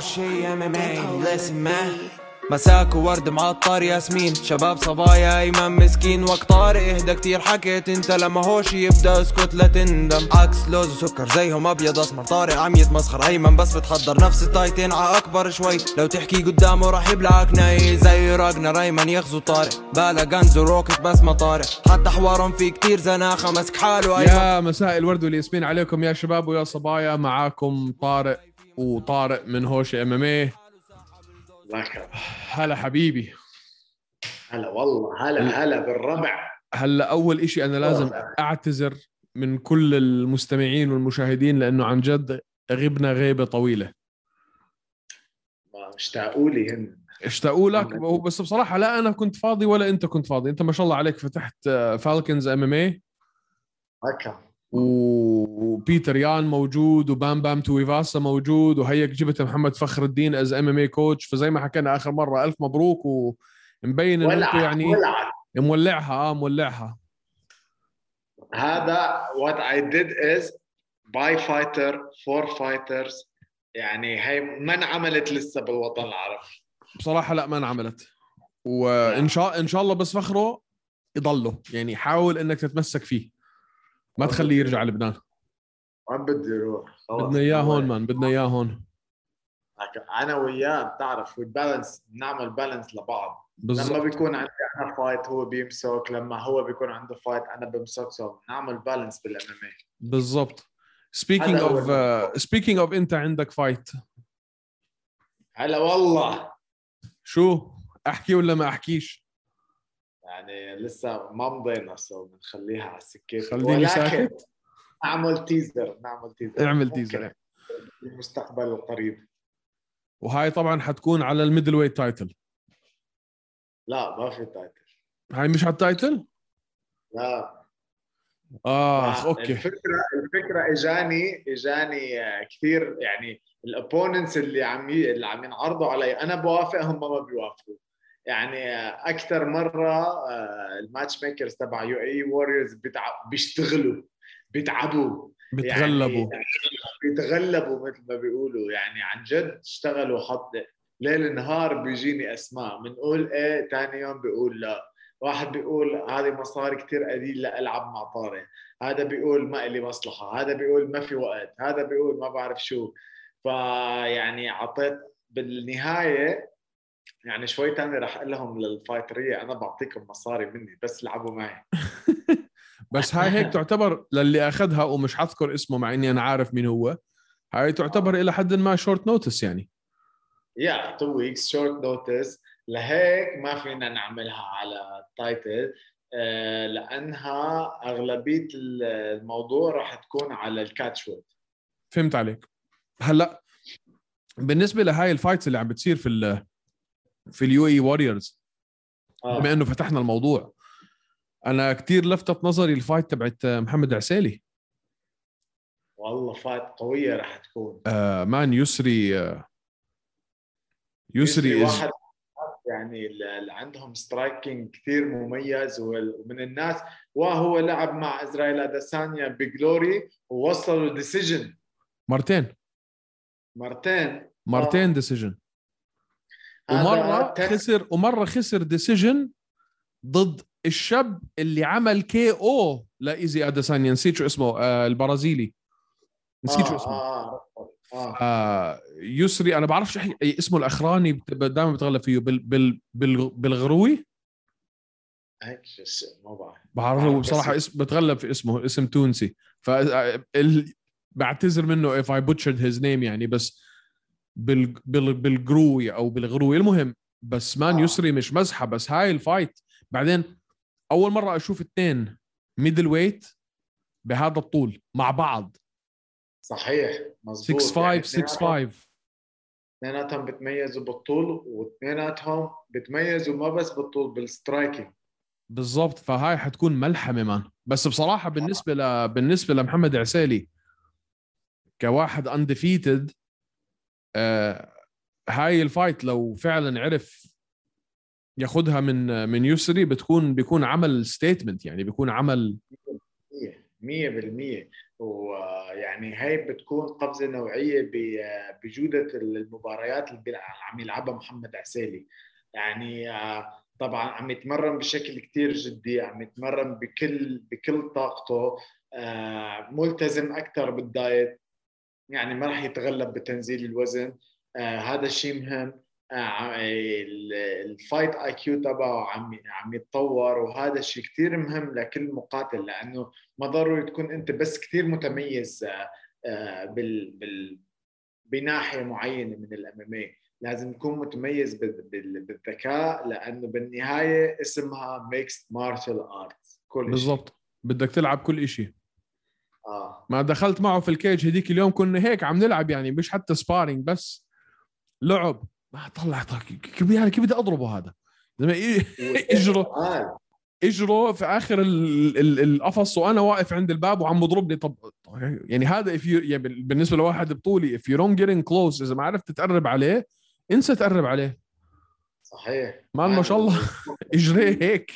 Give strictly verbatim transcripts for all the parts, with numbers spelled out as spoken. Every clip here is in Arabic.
شي ام ام اي listen man. مساك وورد معطر ياسمين، شباب صبايا ايمن مسكين. وقت طارق اهدى كتير حكيت انت، لما هوش يبدا اسكت لا تندم. عكس لوز وسكر زيهم ابيض اسمر، طارق عم يتمسخر ايمن بس بتحضر نفس التايتين ع اكبر شوي. لو تحكي قدامه راح يبلعك ناي زي راجنر ايمن يغزو طارق. بالا غنز وروكت بس ما طارق، حتى حوارهم في كتير زناخه مسك حاله ايمن. يا مساء الورد والياسمين عليكم يا شباب ويا صبايا، معاكم طارق وطارق من هوش ام ام اي. هلا حبيبي. هلا والله هلا هلا بالربع. هلا اول اشي انا لازم اعتذر من كل المستمعين والمشاهدين، لانه عن جد غبنا غيبة طويلة. ما اشتاقوا لي هن اشتاقوا لك، بس بصراحة لا انا كنت فاضي ولا انت كنت فاضي. انت ما شاء الله عليك فتحت فالكنز ام ام اي، وبيتر يان موجود، وبام بام تويفاسا موجود، وهيك جبت محمد فخر الدين از ام ام اي كوتش. فزي ما حكينا اخر مره الف مبروك، ومبين انه انتم يعني ولعت. مولعها اه مولعها. هذا what I did is buy fighter for fighters، يعني هي ما انعملت لسه بالوطن العربي بصراحه. لا ما انعملت، وان شاء ان شاء الله بس فخره يضله، يعني حاول انك تتمسك فيه، ما تخليه يرجع لبنان. ما بدي يروح، بدنا اياه هون مان، بدنا اياه هون. انا وياه بتعرف بالانس، بنعمل بالانس لبعض. بالزبط. لما بيكون عندي انا فايت هو بيمسك، لما هو بيكون عنده فايت انا بمسك، سو نعمل بالانس بالام ام اي. بالضبط. سبيكينج اوف سبيكينج اوف انت عندك فايت. هلا والله. شو احكي ولا ما احكيش؟ يعني لسه ما مضينا، سو بنخليها على السكه. خليني ساكت. نعمل تيزر نعمل تيزر اعمل تيزر في المستقبل القريب. وهاي طبعا حتكون على الميدل ويت تايتل. لا ما في تايتل. هاي مش على التايتل؟ لا اه اوكي. الفكره الفكره اجاني اجاني كثير، يعني الابوننتس اللي عم اللي عم ينعرضوا علي انا بوافق، هم ما بيوافقوا. يعني اكثر مره الماتش ميكرز تبع يو اي ووريرز بيشتغلوا بيتعبوا، بيتغلبوا يعني بيتغلبوا مثل ما بيقولوا. يعني عن جد اشتغلوا، حط ليل نهار بيجيني اسماء بنقول ايه، ثاني يوم بيقول لا. واحد بيقول هذه مصاري كتير قليل لألعب مع طارق، هذا بيقول ما إلي مصلحة، هذا بيقول ما في وقت، هذا بيقول ما بعرف شو. فيعني عطيت بالنهاية، يعني شوي تاني رح أقول لهم للفايترية أنا بعطيكم مصاري مني بس لعبوا معي. بس هاي هيك تعتبر للي أخذها، ومش حذكر اسمه مع إني أنا عارف مين هو. هاي تعتبر إلى حد ما شورت نوتس يعني. يا تو ويكس شورت نوتس، لهيك ما فينا نعملها على التايتل، لأنها أغلبية الموضوع راح تكون على الكاتش وورد. فهمت عليك. هلا بالنسبة لهاي الفايتس اللي عم بتصير في ال في اليو اي واريورز، بما انه فتحنا الموضوع، انا كتير لفتت نظري الفايت تبعت محمد عسيلي. والله فايت قوية راح تكون. آه مان يسري آه يسري, يسري إز... واحد يعني اللي عندهم سترايكينج كثير مميز، ومن الناس، وهو لعب مع إسرائيل أديسانيا بجلوري ووصلوا ديسيجن مرتين مرتين مرتين آه. ديسيجن، ومرة خسر ومرة خسر ديسيجن ضد الشاب اللي عمل كي او لإيزي أديسانيا. نسيت شو اسمه، آه البرازيلي، نسيت آه شو اسمه. آه آه. آه يسري انا بعرفش اسمه الاخراني، دائما بتغلب فيه بال بال بال بالغروي. هيك ما بعرف بعرفه بصراحه، اسم بتغلب في اسمه، اسم تونسي. ف بعتذر منه if I butchered his name يعني، بس بال بال بالغروي او بالغروي المهم. بس مان آه. يسري مش مزحه، بس هاي الفايت بعدين اول مره اشوف اثنين ميدل ويت بهذا الطول مع بعض. صحيح مزبوط. ستة خمسة ستة خمسة اثنيناتهم بتميزوا بالطول، واثنيناتهم بتميزوا ما بس بالطول، بالسترايكينج. بالضبط. فهاي حتكون ملحمه مان. بس بصراحه بالنسبه ل بالنسبه لمحمد عسيلي كواحد انديفيتد، آه هاي الفايت لو فعلا عرف ياخدها من من يسري بتكون بيكون عمل ستيتمنت، يعني بيكون عمل مية بالمية. ويعني هاي بتكون قفزة نوعية بجودة المباريات اللي عم يلعبها محمد عسيلي. يعني طبعا عم يتمرن بشكل كتير جدي، عم يتمرن بكل بكل طاقته، ملتزم أكثر بالدايت، يعني ما راح يتغلب بتنزيل الوزن. هذا الشيء مهم. الفايت اي كيو تبعه عم عم يتطور، وهذا الشيء كثير مهم لكل مقاتل، لانه ما ضروري تكون انت بس كثير متميز بال بال بناحيه معينه من الام ام اي، لازم تكون متميز بالذكاء، لانه بالنهايه اسمها ميكس مارشال ارتس. كل بالضبط، بدك تلعب كل شيء. اه ما دخلت معه في الكيج هديك اليوم كنا هيك عم نلعب، يعني مش حتى سبارينج، بس لعب. ما طلع كيف يعني كيف بدي اضربه هذا زي اجره اجره في اخر القفص وانا واقف عند الباب وعم بضربني. طب يعني هذا if you يعني بالنسبه لواحد بطولي if you don't get in close، اذا ما عرفت تقرب عليه انسى تقرب عليه. صحيح مان ما شاء الله اجريه هيك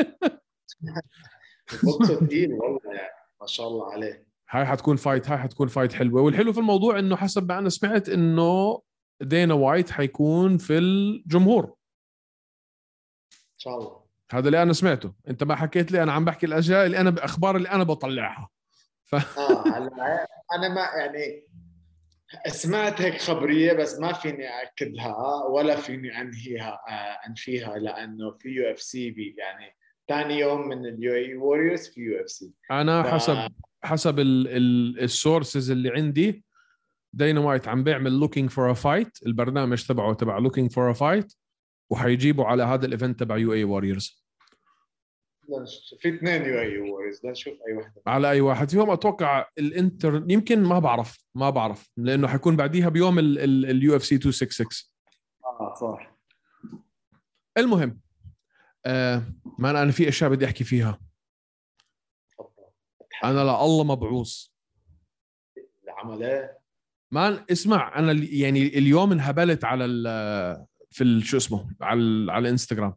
بطه ثقيل والله، يعني ما شاء الله عليه. هاي حتكون فايت هاي حتكون فايت حلوه. والحلو في الموضوع انه حسب ما انا سمعت انه دينا وايت حيكون في الجمهور ان شاء الله. هذا اللي انا سمعته، انت ما حكيت لي، انا عم بحكي الاشياء اللي انا باخبار اللي انا بطلعها. ف... اه هلا انا ما يعني سمعت هيك خبريه، بس ما فيني اكدها ولا فيني انهيها آه انفيها، لانه في يو اف سي بي يعني ثاني يوم من اليو اي ووريرز في يو اف سي. انا ف... حسب حسب السورسز اللي عندي، دينا وايت عم بيعمل لوكينج فور ا فايت، البرنامج تبعه تبع لوكينج فور ا فايت، وحيجيبوا على هذا الايفنت تبع يو اي ووريرز. في اثنين يو اي ووريرز، نشوف اي واحده على اي واحد فيهم. اتوقع الانتر يمكن، ما بعرف ما بعرف لانه حيكون بعديها بيوم اليو اف سي مئتين وستة وستين. اه صح. المهم آه ما انا في اشياء بدي احكي فيها. انا لا الله مبعوث العمليه. مان اسمع، انا يعني اليوم انهبلت على ال في شو اسمه على ال على الانستغرام.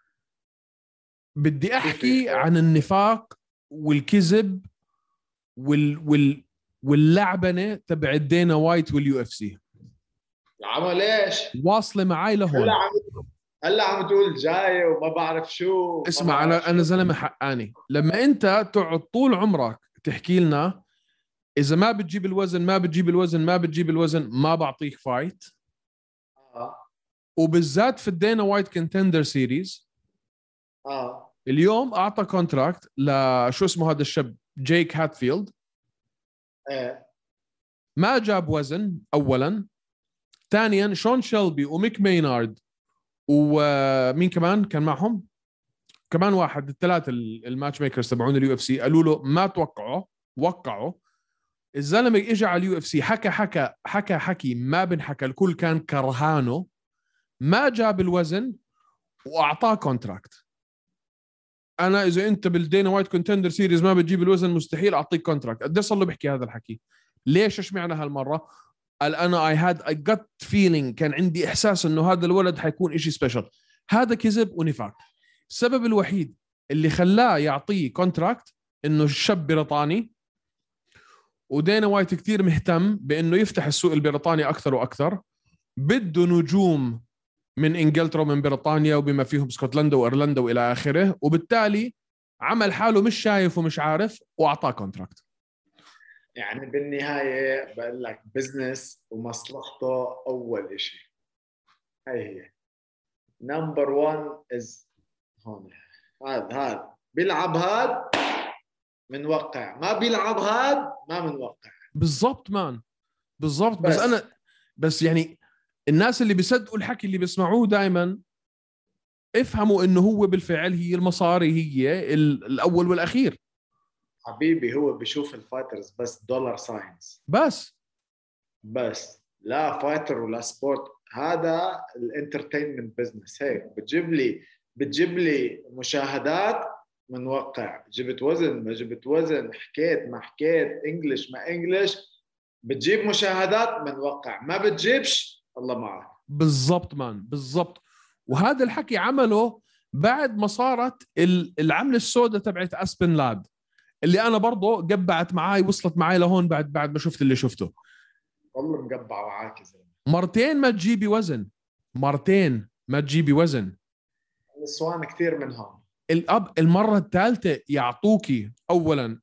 بدي احكي عن النفاق والكذب وال وال واللعبنه تبع دينا وايت واليو اف سي. العمل ايش واصله معي لهون. هلا عم هلا عم تقول جاي وما بعرف شو. اسمع بعرف انا شو. انا زلمه حقاني. لما انت تقعد طول عمرك تحكي لنا اذا ما بتجيب الوزن ما بتجيب الوزن ما بتجيب الوزن ما بعطيك فايت. اه وبالذات في الدينا وايت كونتندر سيريز. اه اليوم اعطى كونتراكت لشو اسمه هذا الشاب جيك هاتفيلد. ايه ما جاب وزن اولا. ثانيا شون شيلبي وميك مينارد ومين كمان كان معهم كمان واحد، الثلاثه الماتش ميكرز تبعون اليو اف سي، قالوا له ما توقعوا وقعوا. الزلمه اجى على اليو اف سي حكى حكى حكى حكي ما بنحكى، الكل كان كرهانه. ما جاب الوزن واعطاه كونتراكت. انا اذا انت بالدينا وايت كونتندر سيريز ما بتجيب الوزن مستحيل اعطيك كونتراكت. قد ايش صار له بيحكي هذا الحكي؟ ليش اشمعنى هالمره؟ قال انا اي هاد اي جت فيلينج، كان عندي احساس انه هذا الولد حيكون إشي سبيشل. هذا كذب ونفاق. السبب الوحيد اللي خلاه يعطيه كونتراكت انه الشاب بريطاني، ودينا وايت كتير مهتم بانه يفتح السوق البريطاني اكثر واكثر، بده نجوم من انجلترا ومن بريطانيا وبما فيهم اسكتلندا وايرلندا والى اخره، وبالتالي عمل حاله مش شايف ومش عارف واعطاه كونتراكت. يعني بالنهايه بقول لك بزنس ومصلحته اول شيء. هي هي نمبر واحد از هون. هذا هذا بيلعب هاد منوقع، ما بيلعب هاد ما منوقع. بالضبط مان بالضبط. بس. بس انا بس يعني الناس اللي بيصدقوا الحكي اللي بيسمعوه دائما افهموا انه هو بالفعل هي المصاري هي الاول والاخير. حبيبي هو بيشوف الفايترز بس دولار ساينز بس بس لا فايتر ولا سبورت. هذا الانترتينمنت بزنس. هيك بتجيب لي بتجيب لي مشاهدات منوقع، جبت وزن ما جبت وزن، حكيت ما حكيت، انجلش ما انجلش، بتجيب مشاهدات منوقع، ما بتجيبش الله معك. بالضبط مان بالضبط. وهذا الحكي عمله بعد ما صارت العملة السوداء تبعت أسبن لاد. اللي انا برضه قبعت معاي وصلت معاي لهون بعد بعد ما شفت اللي شفته. والله مقبع معاك يا زلمه. مرتين ما تجيبي وزن، مرتين ما تجيبي وزن. النسوان كثير منهم. الاب المره الثالثه يعطوكي اولا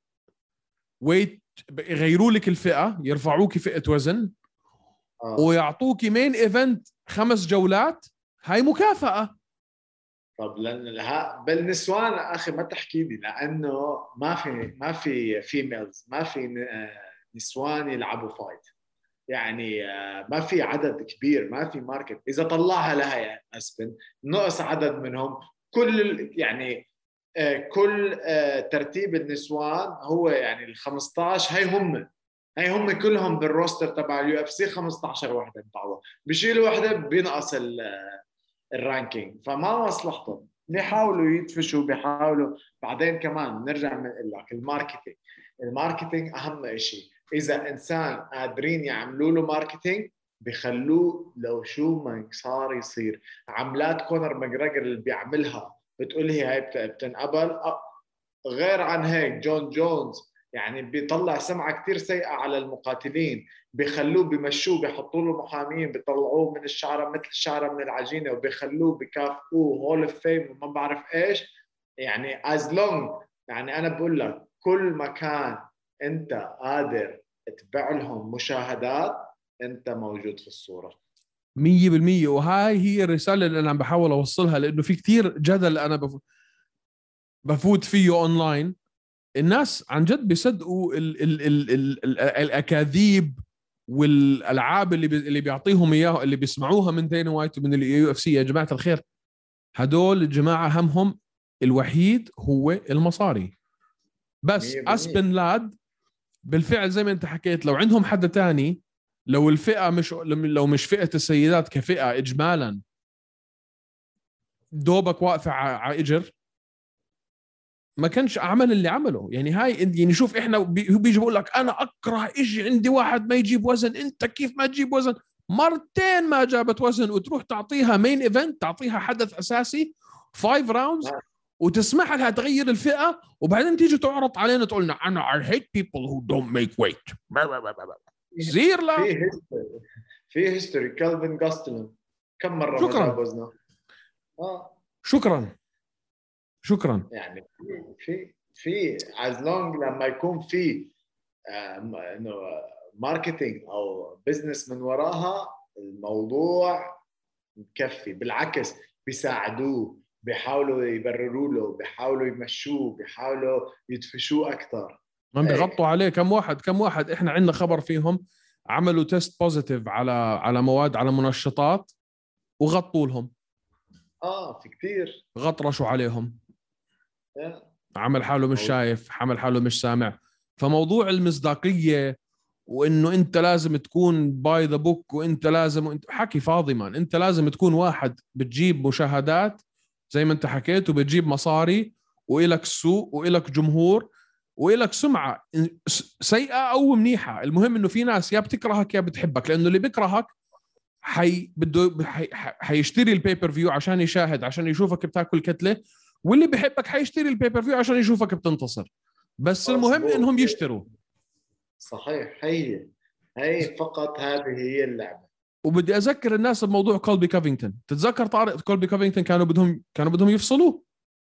ويت، يغيروا لك الفئه، يرفعوكي فئه وزن، آه. ويعطوكي مين ايفنت خمس جولات، هاي مكافاه. طب لان ها بالنسوان اخي ما تحكي لي، لانه ما في ما في فيميلز، ما في نسوان يلعبوا فايت، يعني ما في عدد كبير، ما في ماركت. اذا طلعها لها يا اسبن نقص عدد منهم. كل يعني كل ترتيب النسوان هو يعني ال خمسطعش، هي هم هي هم كلهم بالروستر تبع اليو اف سي خمسطعش وحده بتعوض، بيشيلوا وحده بينقص الرانكينج، فما مصلحتهم. بيحاولوا يدفشوا، بيحاولوا. بعدين كمان نرجع نقول لك الماركتينج، الماركتينج اهم شيء. اذا انسان قادرين يعملوا له ماركتينج بخلوه لو شو ما صار يصير. عملات كونر ماجريجر اللي بيعملها بتقول هي هاي بتنقبل. غير عن هيك جون جونز يعني بيطلع سمعة كتير سيئة على المقاتلين، بيخلوه بمشوه، بيحطوا له محامين، بيطلعوه من الشعرة مثل الشعرة من العجينة، وبيخلوه بكافئوه هول اوف فيم وما بعرف ايش. يعني از لونج، يعني انا بقول لك كل مكان انت قادر تبيع لهم مشاهدات انت موجود في الصورة مية بالمية. وهاي هي الرسالة اللي أنا عم بحاول أوصلها، لأنه في كتير جدل أنا بف... بفوت فيه أونلاين. الناس عن جد بيصدقوا ال... ال... ال... ال... ال... الأكاذيب والألعاب اللي بي... اللي بيعطيهم إياه، اللي بيسمعوها من دينا وايت ومن اليو اف سي. يا جماعة الخير، هدول الجماعة همهم الوحيد هو المصاري بس. أسبن لاد بالفعل زي ما أنت حكيت، لو عندهم حدا تاني، لو الفئة مش لو مش فئة السيدات كفئة إجمالا دوبك واقفة على إجر، ما كانش عمل اللي عمله. يعني هاي يعني شوف إحنا بي بيجي بقول لك أنا أكره إجي عندي واحد ما يجيب وزن، أنت كيف ما تجيب وزن؟ مرتين ما جابت وزن وتروح تعطيها مين إيفنت، تعطيها حدث أساسي فايف راوندز وتسمح لها تغير الفئة، وبعدين تيجي تعرض علينا تقول لنا أنا I hate people who don't make weight. زير لا. في هيستوري في هيستوري كالفين جاستلين كم مرة ما جاب وزنه؟ آه. شكرا شكرا. يعني في في از لونج لما يكون في انه ماركتينج او بزنس من وراها الموضوع مكفي. بالعكس بيساعدوه، بيحاولوا يبرروا له، بيحاولوا يمشوه، بيحاولوا يدفشوه اكثر. هم بيغطوا عليه. كم واحد كم واحد احنا عندنا خبر فيهم عملوا تيست بوزيتيف على على مواد، على منشطات، وغطوا لهم. اه في كتير غطرشوا عليهم. yeah. عمل حاله مش شايف، عمل حاله مش سامع. فموضوع المصداقية وانه انت لازم تكون باي ذا بوك، وانت لازم وانت حكي فاضي. مان انت لازم تكون واحد بتجيب مشاهدات زي ما انت حكيت، وبتجيب مصاري، وإلك سوق، وإلك جمهور، وإلك سمعة سيئة أو منيحة. المهم إنه في ناس يا بتكرهك يا بتحبك، لأنه اللي بيكرهك حي بده حي... حيشتري البيبر فيو عشان يشاهد، عشان يشوفك بتاكل كتلة، واللي بيحبك حيشتري البيبر فيو عشان يشوفك بتنتصر. بس المهم مصبوط. إنهم يشتروا. صحيح. هي هي فقط هذه هي اللعبة. وبدي أذكر الناس بموضوع كولبي كوفينغتون. تتذكر طارق كولبي كوفينغتون كانوا بدهم كانوا بدهم يفصلوه.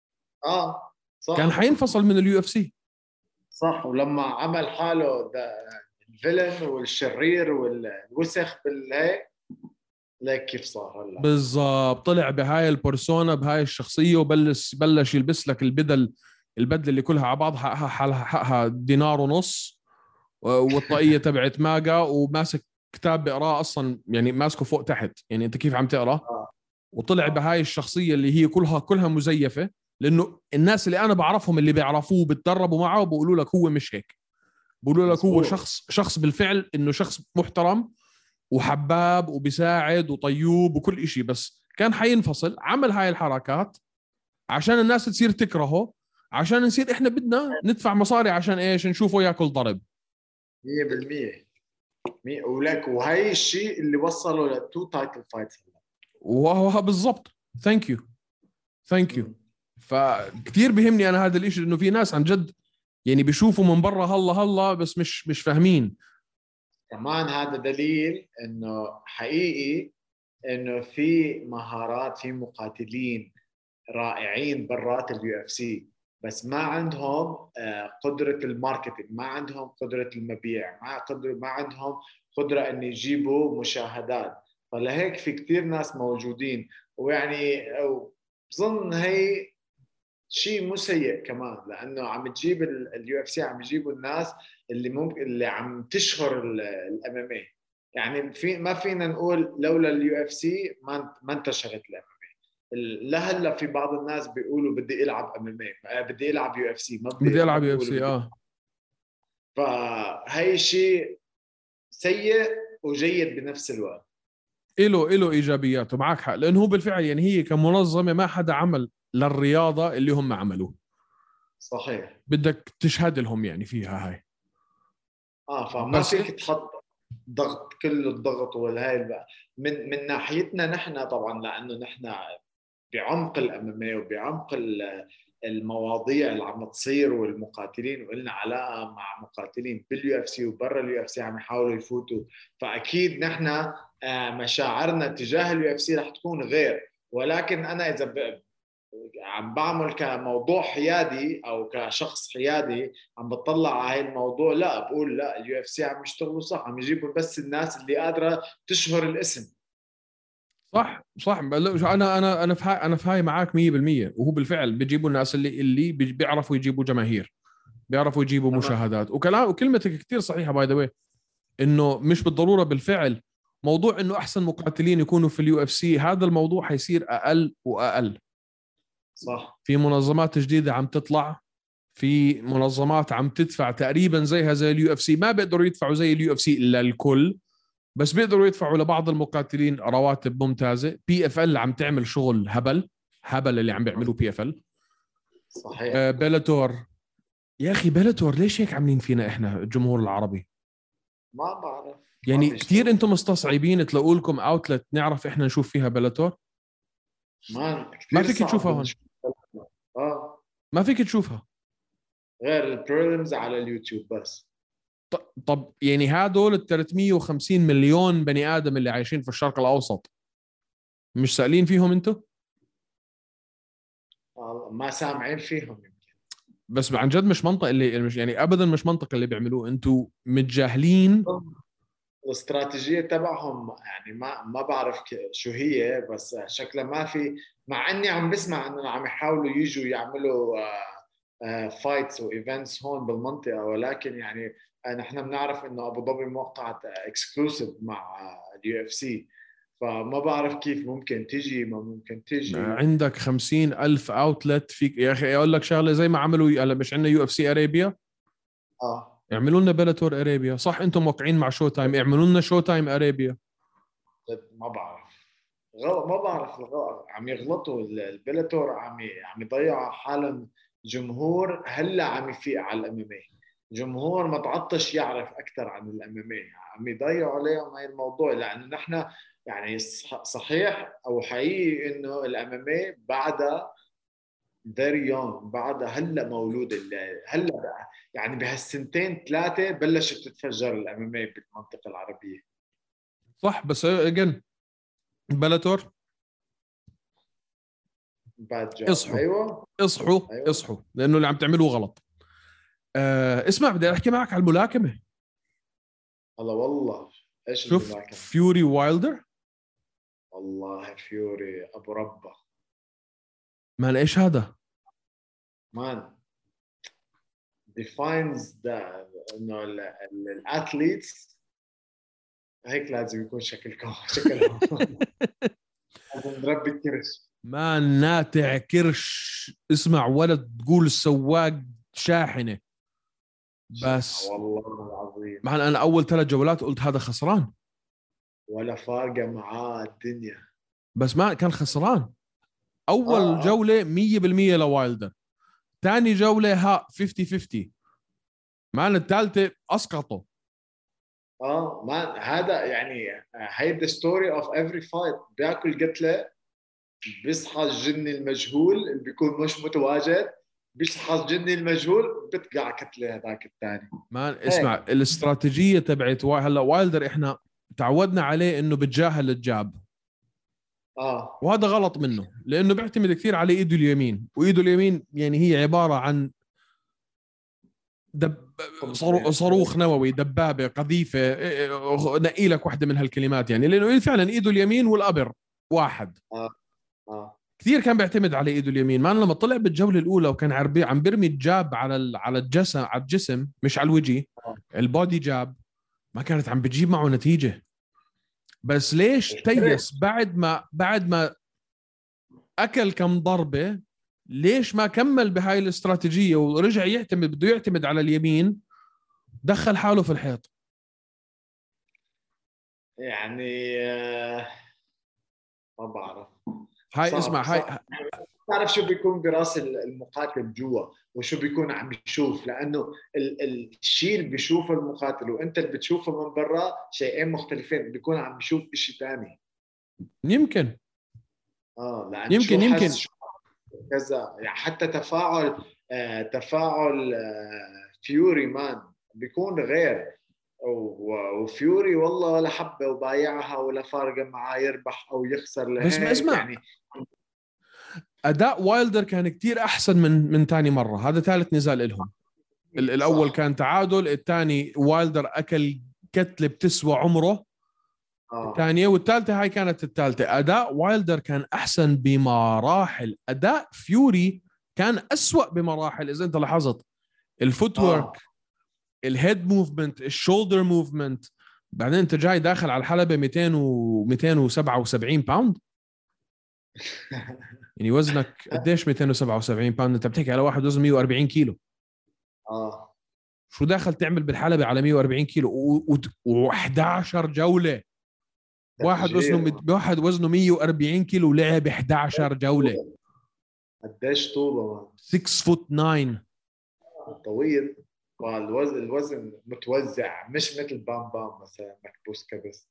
اه صح. كان حينفصل من اليو اف سي. صح. ولما عمل حاله الفيلن والشرير والوسخ بالهيك، ليك كيف صار هلا. بالضبط، طلع بهاي البرسونا بهاي الشخصيه، وبلش بلش يلبس لك البدل البدله اللي كلها على بعض حقها حقها, حقها دينار ونص، والطاقيه تبعت ماجا، وماسك كتاب بقراه اصلا، يعني ماسكه فوق تحت، يعني انت كيف عم تقرا. وطلع بهاي الشخصيه اللي هي كلها كلها مزيفه، لانه الناس اللي انا بعرفهم اللي بيعرفوه بتدربوا معه بيقولوا لك هو مش هيك. بيقولوا لك هو شخص شخص بالفعل انه شخص محترم وحباب وبيساعد وطيوب وكل إشي، بس كان حينفصل. عمل هاي الحركات عشان الناس تصير تكرهه، عشان نصير إحنا بدنا ندفع مصاري عشان إيش؟ نشوفه يأكل ضرب. مية بالمية. ولك وهي الشيء اللي وصلوا للتو تايتل فايتس. وهو بالضبط. ثانك يو ثانك يو. فكتير بيهمني أنا هذا الإشي، إنه في ناس عن جد يعني بيشوفوا من برا هلا هلا بس مش مش فاهمين. كمان هذا دليل انه حقيقي انه في مهارات، في مقاتلين رائعين برات اليو اف سي، بس ما عندهم آه، قدرة الماركتينج، ما عندهم قدرة المبيع، ما قدرة ما عندهم قدرة ان يجيبوا مشاهدات. فلهيك في كتير ناس موجودين، ويعني بظن هي شيء مو سيء كمان، لانه عم تجيب اليو اف سي، عم يجيبوا الناس اللي ممكن اللي عم تشهر الام ام اي. يعني في ما فينا نقول لولا اليو اف سي ما ما انتشرت الام ام اي. لهلا في بعض الناس بيقولوا بدي العب ام ام اي، بدي العب يو اف سي، ما بدي بدي ما العب يو اف بيقولوا سي. بدي. اه فهي شيء سيء وجيد بنفس الوقت. إله إله إيجابياته، معك حق، لأنه هو بالفعل يعني هي كمنظمة ما حدا عمل للرياضة اللي هم عملوه. صحيح. بدك تشهد لهم يعني فيها هاي. اه فما بس فيك تحط ضغط، كل الضغط والهاي بقى من من ناحيتنا نحن طبعا، لانه نحن بعمق الام ام اي وبعمق المواضيع اللي عم تصير والمقاتلين، وقلنا علاقه مع مقاتلين باليو اف سي وبرا اليو اف سي عم يحاولوا يفوتوا. فاكيد نحن مشاعرنا تجاه اليو اف سي رح تكون غير. ولكن انا اذا عم بعمل كموضوع حيادي او كشخص حيادي عم بطلع على هاي الموضوع، لا بقول لا، اليو اف سي عم يشتغلوا صح، عم يجيبوا بس الناس اللي قادره تشهر الاسم. صح صح. انا انا انا في هاي انا في هاي معك مية بالمية. وهو بالفعل بيجيبوا الناس اللي اللي بيعرفوا يجيبوا جماهير، بيعرفوا يجيبوا تمام. مشاهدات. وكلام وكلمتك كثير صحيحه باي ذا واي، انه مش بالضروره بالفعل موضوع انه احسن مقاتلين يكونوا في اليو اف سي. هذا الموضوع حيصير اقل واقل. صح. في منظمات جديده عم تطلع، في منظمات عم تدفع تقريبا زيها زي اليو اف سي. ما بيقدروا يدفعوا زي اليو اف سي للكل، بس بيقدروا يدفعوا لبعض المقاتلين رواتب ممتازه. بي اف ال عم تعمل شغل هبل هبل اللي عم بيعملوه بي اف ال. صحيح. آه بيلاتور، يا اخي بيلاتور ليش هيك عاملين فينا احنا الجمهور العربي؟ ما بعرف. ما يعني كثير بيشتغل. انتم مستصعبين تلاقوا لكم اوتلت نعرف احنا نشوف فيها بيلاتور. ما ما كثير فيك تشوفها صعب هون، نشوف. اه ما فيك تشوفها. غير البريلمز على اليوتيوب بس. ط- طب يعني هادول ال ثلاثمية وخمسين مليون بني ادم اللي عايشين في الشرق الاوسط مش سائلين فيهم انتم؟ آه ما سامعين فيهم. بس عن جد مش منطق اللي مش يعني ابدا مش منطق اللي بيعملوه. انتم متجاهلين. الاستراتيجيه تبعهم يعني ما ما بعرف شو هي، بس شكلها ما في. مع اني عم بسمع انه عم يحاولوا يجوا يعملوا فايتس وايفنتس هون بالمنطقه، ولكن يعني نحن بنعرف انه ابو ظبي موقعة اكسكلوسيف مع اليو اف سي، فما بعرف كيف ممكن تيجي، ما ممكن تيجي. عندك خمسين ألف اوتلت فيك يا اخي. اقول لك شغله، زي ما عملوا هلا مش عندنا يو اف سي ارابيا، اه يعملوا لنا بلاتور ارابيا. صح انتم موقعين مع شو تايم، يعملوا لنا شو تايم ارابيا. ما بعرف. غلط، ما بعرف الغلط. عم يغلطوا البلاتور، عم عم يضيعوا حالهم. جمهور هلا عم يفيق على الام ام اي، جمهور ما تعطش يعرف اكثر عن الام ام اي، عم يضيعوا عليهم هاي الموضوع. لانه نحن يعني صحيح او حقيقي انه الام ام اي بعدها فيري يونغ، بعدها هلا مولود، هلا بقى يعني بهالسنتين ثلاثه بلشت تتفجر الام ام اي بالمنطقه العربيه. صح بس اجن بلاتور باد جوب. اصحوا ايوه اصحوا ايوه. اصحوا، لانه اللي عم تعملوه غلط. آه اسمع، بدي احكي معك على الملاكمه. الله والله. ايش شفت الملاكمة؟ فيوري وايلدر؟ والله فيوري ابو ربه. مان ايش هذا؟ مان defines the انه الاثليتس هيك لازم يكون شكلكم شكلهم. لازم نربي كرش. مان ناتع كرش. اسمع، ولد تقول السواق شاحنه. بس والله العظيم مان انا اول ثلاث جولات قلت هذا خسران، ولا فارقه معاه الدنيا. بس ما كان خسران. اول اه اه جوله مية بالمية لوايلدر، ثاني جوله ها خمسين خمسين، مان الثالثه اسقطه. اه مان هذا يعني هيدا ستوري اوف افري فايت. بياكل قتله، بيصحى الجن المجهول اللي بيكون مش متواجد، بيشحص جني المجهول بتقع كتله هذاك الثاني. ما اسمع الاستراتيجيه تبعت هلا وايلدر احنا تعودنا عليه انه بتجاهل الجاب. اه وهذا غلط منه لانه بيعتمد كثير على ايده اليمين، وايده اليمين يعني هي عباره عن دب صاروخ نووي، دبابه، قذيفه، نقي لك واحده من هالكلمات يعني، لانه فعلا ايده اليمين والابر واحد. اه اه كثير كان بيعتمد على ايده اليمين. ما لما طلع بالجوله الاولى وكان عربي عم بيرمي الجاب على على الجسم، على الجسم مش على الوجه، البودي جاب، ما كانت عم بتجيب معه نتيجه. بس ليش تيس بعد ما بعد ما اكل كم ضربه؟ ليش ما كمل بهاي الاستراتيجيه ورجع يعتمد، بده يعتمد على اليمين، دخل حاله في الحيط؟ يعني آه ما بعرف. هاي صعب اسمع صعب. هاي تعرف شو بيكون براس المقاتل جوا وشو بيكون عم يشوف، لانه ال ال الشيء اللي بيشوفه المقاتل وانت اللي بتشوفه من برا شيئين مختلفين، بيكون عم يشوف شيء ثاني. يمكن اه لأن يمكن شو يمكن حس كذا يعني، حتى تفاعل آه تفاعل آه فيوري مان بيكون غير. وفيوري والله ولا حبه وبايعها ولا فارقه معاه يربح او يخسر لهيك. بس ما اسمع يعني اداء وايلدر كان كتير احسن من من ثاني مره. هذا ثالث نزال لهم. الاول صح. كان تعادل، الثاني وايلدر اكل كتله بتسوى عمره آه. الثانيه، والثالثه هاي كانت الثالثه. اداء وايلدر كان احسن بمراحل، اداء فيوري كان أسوأ بمراحل. اذا انت لاحظت الفوت ورك، آه. الهيد موفمنت، الشولدر موفمنت. بعدين انت جاي داخل على الحلبه مئتين و مئتين وسبعة وسبعين باوند يعني وزنك قديش؟ مئتين وسبعة وسبعين باوند. انت بتحكي على واحد وزنه مئة وأربعين كيلو. اه شو داخل تعمل بالحلبة على مئة وأربعين كيلو و11 جولة؟ واحد وزنه واحد وزنه مئة وأربعين كيلو ولعب إحدى عشرة جولة. قديش طوله؟ ستة فوت تسعة. طويل. والوزن الوزن متوزع، مش مثل بام بام مثلا مكبوس كبس.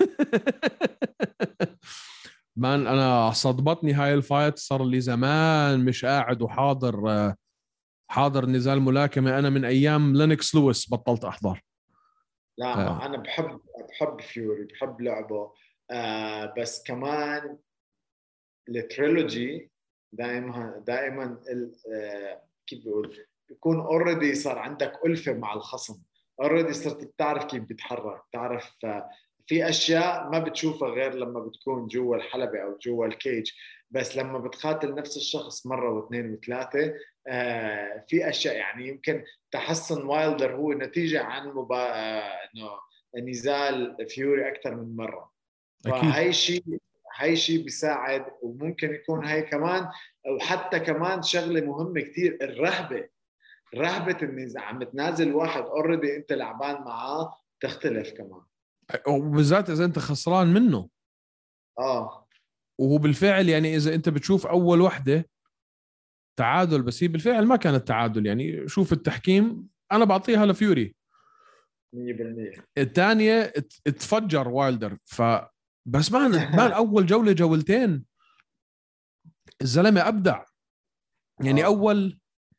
مان انا صدمتني هاي الفايت، صار لي زمان مش قاعد وحاضر حاضر نزال ملاكمة. انا من ايام لينكس لويس بطلت احضر. لا ما انا بحب بحب فيوري، بحب لعبه. آه بس كمان التريلوجي دائما دائما آه كيف بقول، بيكون اوريدي صار عندك ألفة مع الخصم، اوريدي صرت بتعرف كيف بيتحرك، بتعرف آه في اشياء ما بتشوفها غير لما بتكون جوا الحلبة او جوا الكيج. بس لما بتقاتل نفس الشخص مرة واثنين وثلاثة آه في اشياء يعني يمكن تحسن وايلدر هو نتيجة عن مبا... آه انه نزال فيوري اكثر من مرة. فهي شيء هاي شيء بيساعد. وممكن يكون هاي كمان، وحتى كمان شغله مهمه كثير، الرهبه. رهبه النزاع، عم تنازل واحد اوريدي انت لعبان معاه تختلف كمان، وبالذات اذا انت خسران منه. اه وهو بالفعل يعني اذا انت بتشوف اول وحده تعادل، بس هي بالفعل ما كانت تعادل. يعني شوف التحكيم، انا بعطيها لفيوري مية بالمية. الثانيه اتفجر وايلدر. ف بس ما ما اول جوله جولتين الزلمه ابدع يعني. آه. اول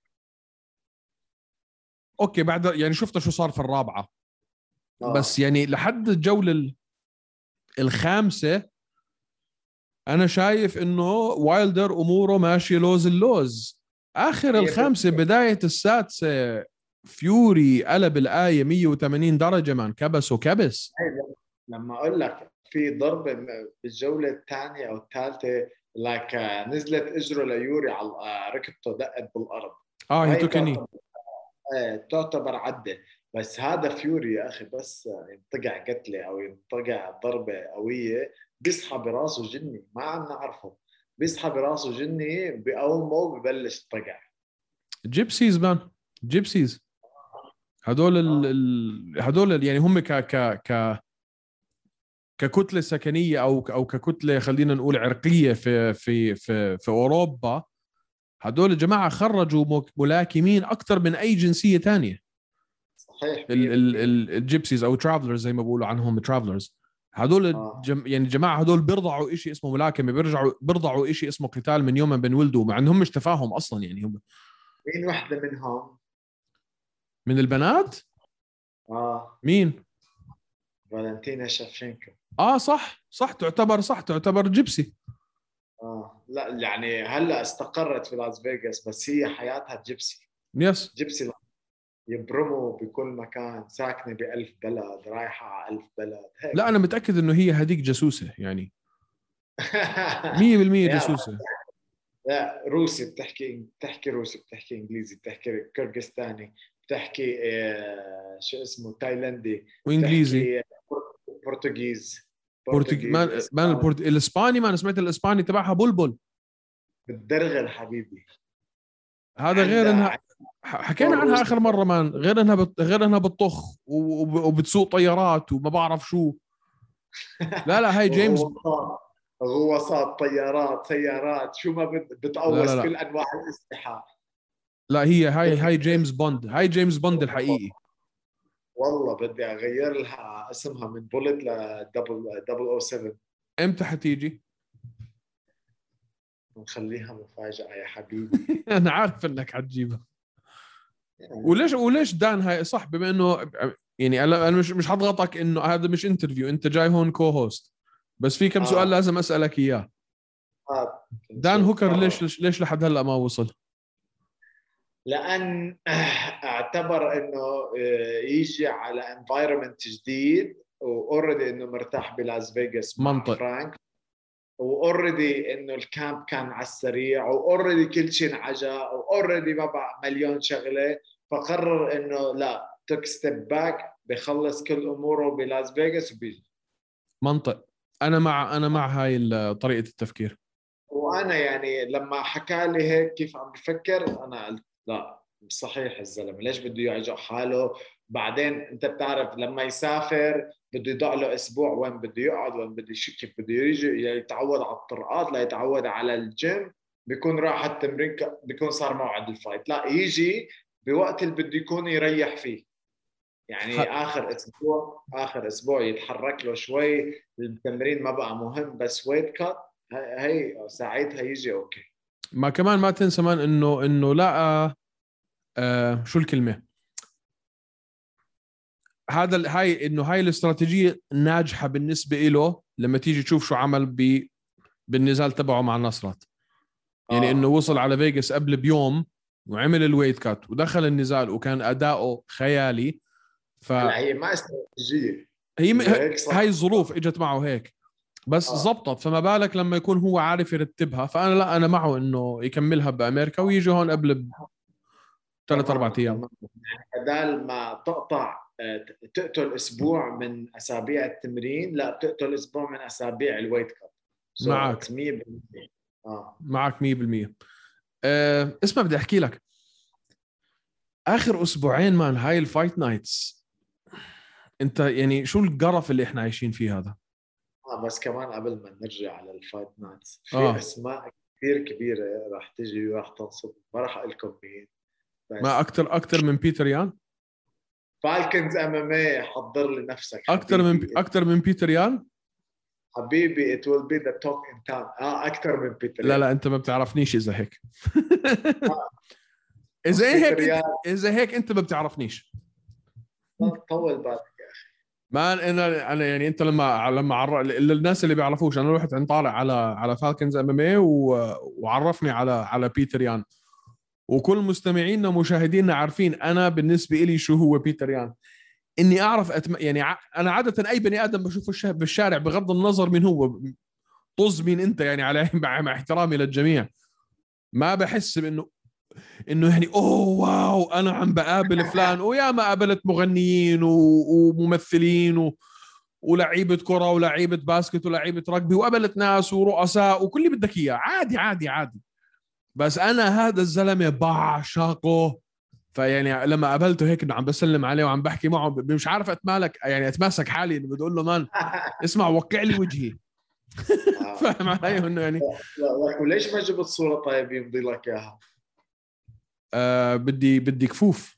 اوكي بعد يعني شفت شو صار في الرابعه. آه. بس يعني لحد الجوله الخامسه انا شايف انه وايلدر اموره ماشي لوز اللوز. اخر الخامسه بدايه السادسه فيوري قلب الايه مية وثمانين درجه مان، كبس وكبس. لما اقول لك في ضربه بالجوله الثانيه او الثالثه لك نزلت اجره ليوري على ركبته دقت بالارض. اه هي توكني تعتبر عده. بس هذا فيوري يا اخي بس ينطقع قتله او ينطقع ضربه قويه بيصحى براسه جني، ما عم نعرفه، بيصحى براسه جني بقومه ببلش طقع. جيبسيز مان، جيبسيز هدول ال... ال... هدول يعني هم ك ك ك ككتله سكنيه او او ككتله خلينا نقول عرقيه في في في في اوروبا. هدول الجماعه خرجوا ملاكمين اكثر من اي جنسيه ثانيه. صحيح. ال ال ال الجيبسيز او ترافلرز زي ما بيقولوا عنهم ترافلرز. هدول آه. جم يعني جماعه هدول بيرضعوا شيء اسمه ملاكمه، بيرجعوا بيرضعوا شيء اسمه قتال من يوم ما بنولدوا، مع انهم مش تفاهم اصلا يعني. هم مين وحده منهم؟ من البنات اه مين؟ فالنتينا شافشينكو. اه صح صح تعتبر صح تعتبر جيبسي. اه لا يعني هلا استقرت في لاس فيغاس بس هي حياتها جيبسي. يس. جيبسي يبرموا بكل مكان، ساكنه بألف بلد، رايحه على ألف بلد هيك. لا انا متاكد انه هي هديك جاسوسه يعني مية بالمية يا جاسوسه. لا روسي، بتحكي بتحكي روسي، بتحكي انجليزي، بتحكي كرغستاني، بتحكي آه شو اسمه تايلندي، وانجليزي. بتحكي برتغيز برتغ... برتغيز ما ما اسباني. البرت... الاسباني ما انا سمعت الاسباني تبعها بلبل. بتدرغل حبيبي. هذا غير انها عندها ح- حكينا عنها روسي. اخر مره مان، غير انها بت... غير انها بتطخ وب... وبتسوق طيارات وما بعرف شو. لا لا هاي جيمس. وغواصات، غواصات، طيارات، سيارات، شو ما بت- لا لا بتقوس كل لا انواع الاسلحه. لا هي هاي هاي جيمس بوند، هاي جيمس بوند الحقيقي. والله بدي اغير لها اسمها من بوليت ل دبل دبل او سبعة. امتى حتيجي؟ نخليها مفاجاه يا حبيبي. انا عارف انك حتجيبها. وليش وليش دان هاي صح بما انه يعني انا أنا مش مش حضغطك انه هذا مش انترفيو، انت جاي هون كو هوست، بس في كم سؤال اه لازم اسالك اياه. آه. دان شو هوكر تفضل. ليش ليش لحد هلا ما وصل؟ لان اعتبر انه آه، يجي على انفايرمنت جديد، واوريدي انه مرتاح بلاس فيغاس مع منطق. فرانك، واوريدي انه الكامب كان على السريع، واوريدي كل شيء انعجى، واوريدي بقى مليون شغله، فقرر انه لا توك ستيب باك، بخلص كل اموره بلاس فيغاس وبيجي. منطق. انا مع انا مع هاي ال- طريقه التفكير. وانا يعني لما حكى لي هيك كيف عم بفكر، انا قلت لا مش صحيح الزلمه، ليش بده يوجع حاله؟ بعدين انت بتعرف لما يسافر بده يضع له اسبوع وين بده يقعد، وين بده يشك، كيف بده يجي يتعود على الطرقات، لا يتعود على الجيم، بيكون راح التمرين، بيكون صار موعد الفايت، لا يجي بوقت اللي بده يكون يريح فيه. يعني ح- اخر اسبوع، اخر اسبوع يتحرك له شوي، التمرين ما بقى مهم، بس ويت كات هي ساعتها يجي اوكي. ما كمان ما تنسى مان انه انه لا آه شو الكلمه، هذا ال- هاي انه هاي الاستراتيجيه ناجحه بالنسبه له لما تيجي تشوف شو عمل ب بالنزال تبعه مع نصرات. يعني انه اه وصل على فيغاس قبل بيوم وعمل الويت كات ودخل النزال وكان اداؤه خيالي. هلا فهي هي ما استراتيجيه، م- هي هيك هاي صح. الظروف اجت معه هيك، بس اه زبطت. فما بالك لما يكون هو عارف يرتبها. فانا لا انا معه انه يكملها بامريكا ويجي هون قبل بثلاث اربع تمام ايام. تمام. يعني بدال ما تقطع آه، تقتل اسبوع من اسابيع التمرين، لا بتقتل اسبوع من اسابيع الويت كات. سو معك اتس مية بالمية. اه معك مية بالمية. أه اسمع بدي احكي لك اخر اسبوعين مان هاي الفايت نايتس، انت يعني شو القرف اللي احنا عايشين فيه هذا. اه بس كمان قبل ما نرجع على الفايت نايتس، في اه اسماء كثير كبيره راح تجي وراح تنصب، ما راح اقول لكم مين، ما بس اكثر اكثر من بيتر يان. فالكنز ام ام اي، حضر لي نفسك اكثر من حبيبي. اكثر من بيتر يان. حبيبي it will be the talk in town. اه اكثر من بيتر لا يان. لا انت ما بتعرفنيش اذا هيك آه اذا بيتر هيك انت يان. اذا هيك انت ما بتعرفنيش. طول بالك. ما انا انا يعني انت لما لما عر... الناس اللي بيعرفوش انا رحت عند طالع على على فالكنز ام ام اي وعرفني على على بيتر يان. وكل مستمعينا ومشاهدينا عارفين انا بالنسبه لي شو هو بيتر يان. اني اعرف أتم... يعني ع... انا عاده اي بني ادم بشوفه الش... بالشارع بغض النظر من هو، طز مين انت يعني على مع... مع احترامي للجميع، ما بحس بانه انه يعني اوه واو انا عم بقابل فلان. ويا ما قابلت مغنيين و... وممثلين و... ولعيبه كره ولعيبه باسكت ولعيبه رugby وقابلت ناس ورؤساء وكل اللي بدك اياه عادي عادي عادي. بس انا هذا الزلمه بعشقه. فيعني لما قابلته هيك انه عم بسلم عليه وعم بحكي معه مش عارف اتمالك يعني اتماسك حالي انه بدي اقول له مان اسمع وقع لي وجهي آه. فاهم علي انه يعني لا وليش ما جبت صورة طيب يمضي لك اياها؟ آه بدي بدي كفوف.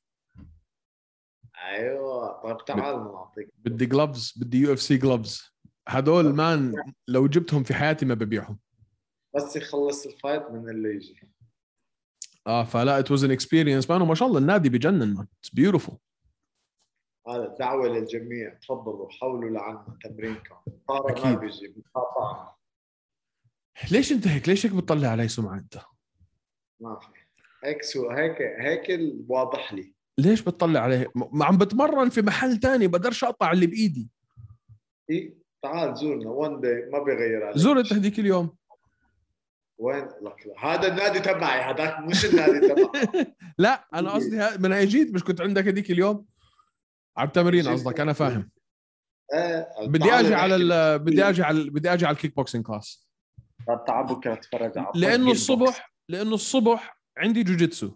ايوه طيب تعال نعطيك. بدي جلوفز، بدي يو اف سي جلوفز. هدول مان لو جبتهم في حياتي ما ببيعهم. بس يخلص الفايت من اللي يجي. اه فلا it was an experience مان. وما شاء الله النادي بجنن مان. It's beautiful. هذا دعوة للجميع، تفضلوا حولوا لعنا تمرينكم. طارق ما أكيد. بيجي بقاطعنا. ليش انت هيك؟ ليش هيك بتطلع علي سمعة انت؟ ما في هيك سو هيك هيك الواضح لي. ليش بتطلع عليه؟ ما عم بتمرن في محل تاني، بقدرش اقطع اللي بايدي. إيه تعال زورنا وان داي ما بيغير عليك. زرت هديك اليوم. وين لك؟ هذا النادي تبعي، هذاك مش النادي تبعي. لا انا قصدي ها... من اجيت مش كنت عندك هديك اليوم على التمرين قصدك؟ انا فاهم. آه. بدي اجي على ال... بدي اجي على بدي اجي على الكيك بوكسينج كلاس. تعال بكره اتفرج على لانه الصبح لانه الصبح عندي جوجيتسو.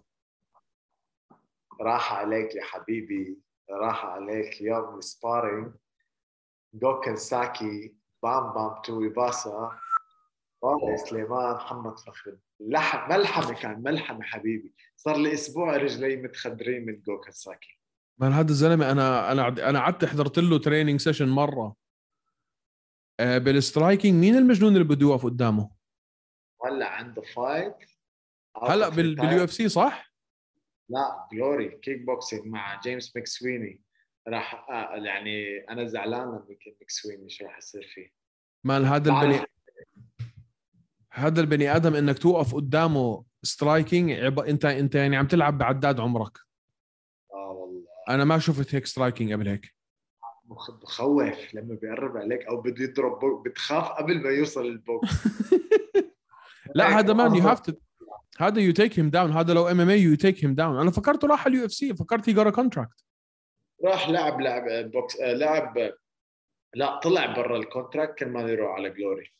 راح عليك يا حبيبي، راح عليك يوم السبارينج. جوكن ساكي بام بام توي باسا والله سليمان محمد فخر. لحم ملحمه، كان ملحمه حبيبي. صار لي اسبوع رجلي متخدرين من جوكن ساكي. من هذا الزلمه انا انا انا قعدت حضرت له تريننج سيشن مره آه بالسترايكينج. مين المجنون اللي بده يوقف قدامه هلا عنده فايت هلا بال باليو اف سي صح؟ لا جلوري كيك بوكسينج مع جيمس مكسويني. راح آه يعني انا زعلان لما يمكن مكسويني شو راح يصير فيه. مان هذا البني هذا البني ادم انك توقف قدامه سترايكينج عب... انت انت يعني عم تلعب بعداد عمرك. اه والله انا ما شفت هيك سترايكينج قبل هيك. بخوف لما بيقرب عليك او بده يضرب بوك، بتخاف قبل ما يوصل البوكس. لا هذا مان يو هاف تو هذا يو تيك هيم داون. هذا لو ام ام اي يو تيك هيم داون. انا فكرته راح اليو اف سي، فكرت هي جارا كونتراكت. راح لعب لعب بوكس آه لعب لا طلع برا الكونتراكت كان ما يروح على جلوري.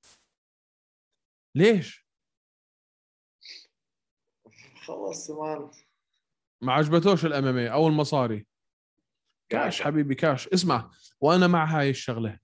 ليش؟ خلص مان ما عجبتوش الام ام اي او المصاري. كاش حبيبي كاش. اسمع، وانا مع هاي الشغله.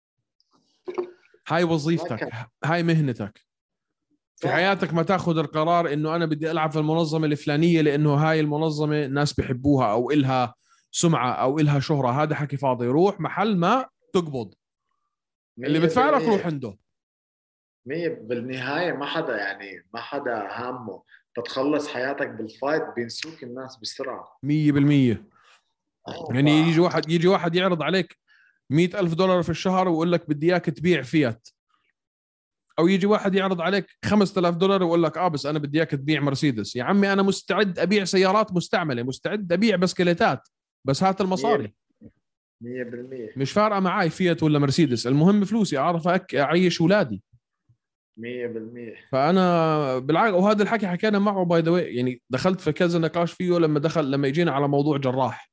هاي وظيفتك، هاي مهنتك في حياتك. ما تاخذ القرار انه انا بدي العب في المنظمه الفلانيه لانه هاي المنظمه الناس بيحبوها او إلها سمعه او إلها شهره. هذا حكي فاضي. روح محل ما تقبض، اللي بدفع لك روح عنده. مية بالنهايه ما حدا يعني ما حدا هامه تتخلص حياتك بالفايت، بينسوك الناس بسرعه. مية بالمية. يعني يجي واحد يجي واحد يعرض عليك مئة ألف دولار في الشهر ويقول لك بدي اياك تبيع فيات، او يجي واحد يعرض عليك خمسة آلاف دولار ويقول لك اه بس انا بدي اياك تبيع مرسيدس. يا عمي انا مستعد ابيع سيارات مستعمله، مستعد ابيع بسكليتات، بس هات المصاري. مية بالمية مش فارقه معاي فيات ولا مرسيدس، المهم فلوسي اعرف اعيش اولادي. مية بالمية. فانا بالعكس، وهذا الحكي حكينا معه باي ذا واي. يعني دخلت في كذا نقاش فيه لما دخل لما يجينا على موضوع جراح.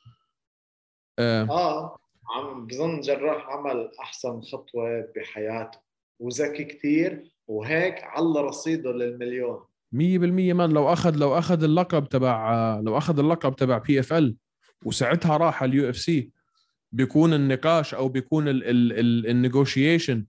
اه, آه. عم بظن جراح عمل احسن خطوه بحياته وذكي كتير، وهيك على رصيده للمليون. مية بالمية مان. لو اخذ لو اخذ اللقب تبع لو اخذ اللقب تبع بي اف ال وساعتها راح اليو اف سي، بيكون النقاش او بيكون النيغوشيشن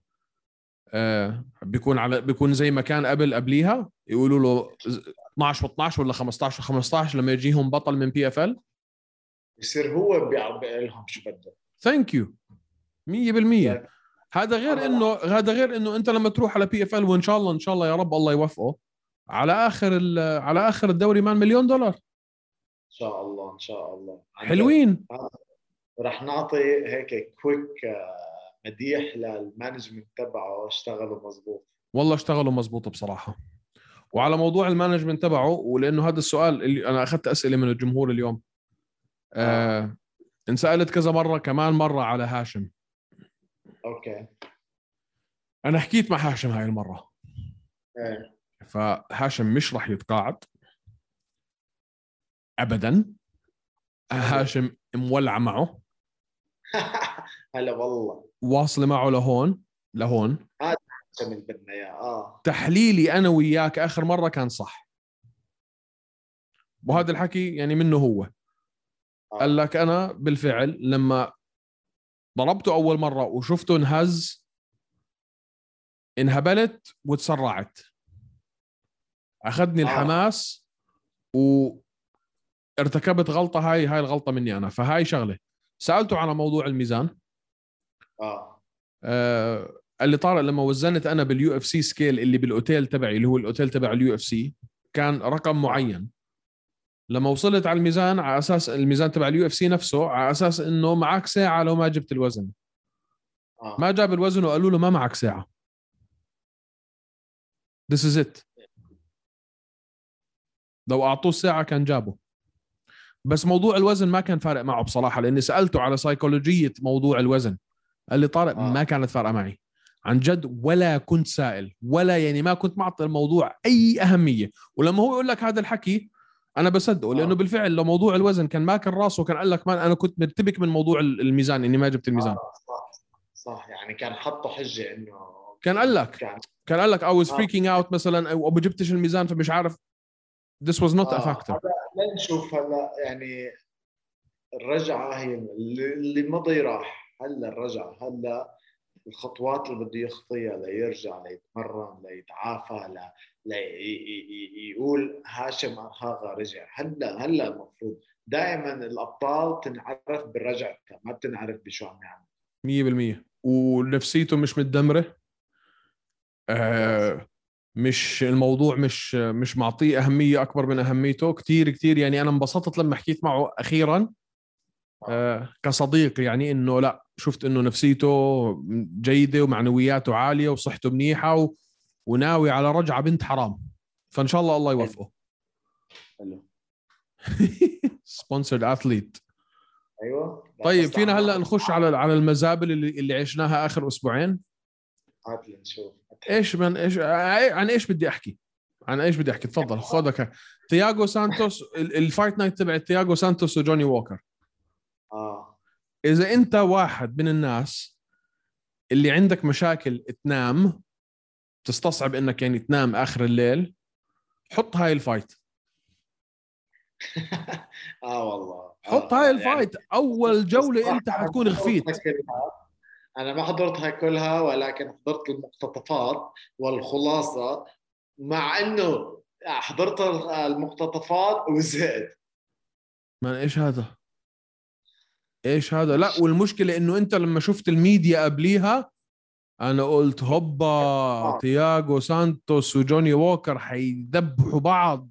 آه بيكون على بيكون زي ما كان قبل قبليها. يقولوا له اثناشر واثناشر ولا خمسطعش وخمسطعش لما يجيهم بطل من بي اف ال، يصير هو بيعبئ لهم شو بده. ثانك يو. مية بالمية. هذا غير انه هذا غير انه انت لما تروح على بي اف ال، وان شاء الله ان شاء الله يا رب الله يوفقه على اخر على اخر الدوري مان مليون دولار ان شاء الله ان شاء الله. حلوين. رح نعطي هيك كويك مديح للمانجمنت تبعه، اشتغلوا مزبوط والله. اشتغلوا مزبوط بصراحه. وعلى موضوع المانجمنت تبعه، ولانه هذا السؤال اللي انا اخذت اسئله من الجمهور اليوم آه. آه انسالت كذا مره كمان مره على هاشم. اوكي انا حكيت مع هاشم هاي المره. ايه فهاشم مش راح يتقاعد ابدا. هاشم مولع معه. هلا والله واصله معه لهون لهون. هذا اللي بدنا اياه. اه تحليلي انا وياك اخر مره كان صح، وهذا الحكي يعني منه هو. آه. قال لك انا بالفعل لما ضربته اول مره وشفته انهز انهبلت وتسرعت، اخذني آه. الحماس وارتكبت غلطه. هاي هاي الغلطه مني انا. فهاي شغله. سالته على موضوع الميزان. اه, آه قال لي طارق لما وزنت انا باليو اف سي سكيل اللي بالاوتيل تبعي اللي هو الاوتيل تبع اليو اف سي، كان رقم معين. لما وصلت على الميزان، على اساس الميزان تبع اليو اف سي نفسه، على اساس انه معك ساعه لو ما جبت الوزن. آه. ما جاب الوزن وقالوا له ما معك ساعه. This is it. لو اعطوه الساعه كان جابه. بس موضوع الوزن ما كان فارق معه بصراحه، لاني سالته على سيكولوجيه موضوع الوزن، قال لي طارق آه. ما كانت فارقه معي عن جد، ولا كنت سائل ولا يعني ما كنت معطي الموضوع اي اهميه. ولما هو يقول لك هذا الحكي انا بصدقه، لانه آه. بالفعل لو موضوع الوزن كان ماكل راسه وكان قال لك ما انا كنت مرتبك من موضوع الميزان اني ما جبت الميزان. آه. صح صح، يعني كان حطه حجه انه كان قال لك كان كان قال لك I was آه. freaking out مثلا، او ما جبتش الميزان فمش عارف. This was not a آه. factor. هذا لنشوف هلا يعني الرجعه هي اللي اللي مضي راح. هلا الرجعه، هلا الخطوات اللي بده يخطيها ليرجع ليتمرن ليتعافى ل... ليقول هاشم أرخاغا رجع. هلا هلا المفروض دائما الابطال تنعرف بالرجعه، ما بتنعرف بشو عم يعمل. مية بالمية. ونفسيته مش متدمره. آه مش الموضوع مش مش معطيه أهمية أكبر من أهميته كتير كتير. يعني أنا انبسطت لما حكيت معه أخيرا آه كصديق، يعني إنه لا، شفت إنه نفسيته جيدة ومعنوياته عالية وصحته منيحة و... وناوي على رجعة بنت حرام. فإن شاء الله الله يوفقه. حلو. سبونسرد أثليت. ايوه. طيب فينا هلا نخش على على المزابل اللي اللي عشناها آخر أسبوعين. هات لي نشوف ايش من ايش عن ايش بدي احكي عن ايش بدي احكي تفضل خذك. تياغو سانتوس، الفايت نايت تبع تياغو سانتوس وجوني ووكر. اه اذا انت واحد من الناس اللي عندك مشاكل تنام، تستصعب انك يعني تنام اخر الليل، حط هاي الفايت. اه والله حط آه. هاي يعني الفايت اول جولة انت حتكون غفيت. انا ما حضرتها كلها، ولكن حضرت المقتطفات والخلاصه، مع انه حضرت المقتطفات وزهقت. ما ايش هذا ايش هذا لا، والمشكلة انه انت لما شفت الميديا قبليها انا قلت هوبا تياغو سانتوس وجوني ووكر حيذبحوا بعض.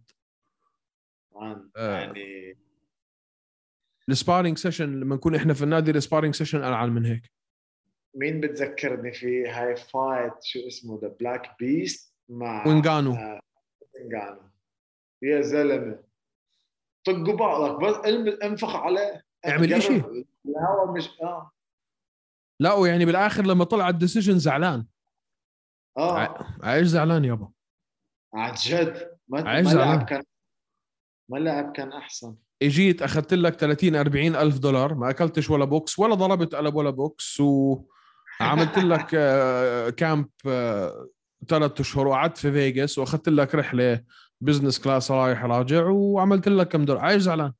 يعني السبارينج سيشن لما نكون احنا في النادي، السبارينج سيشن ألعن من هيك. مين بتذكرني في هاي فايت شو اسمه، ذا بلاك بيست مع وينغانو. آه... وينغانو يا زلمه، طقوا بعضك بس انفخ عليه، اعمل اشي الهواء مش اه لا. ويعني بالاخر لما طلع الديسيجن زعلان. اه عايش زعلان يابا عن جد. ما عايش ما زعلان. لعب كان ما لعب كان احسن. اجيت اخذت لك ثلاثين أربعين الف دولار، ما اكلتش ولا بوكس ولا ضربت قلب ولا بوكس، وعملت لك كامب ثلاث اشهر وقعدت في فيغاس واخذت لك رحله بزنس كلاس رايح راجع وعملت لك كم دولار. عايش زعلان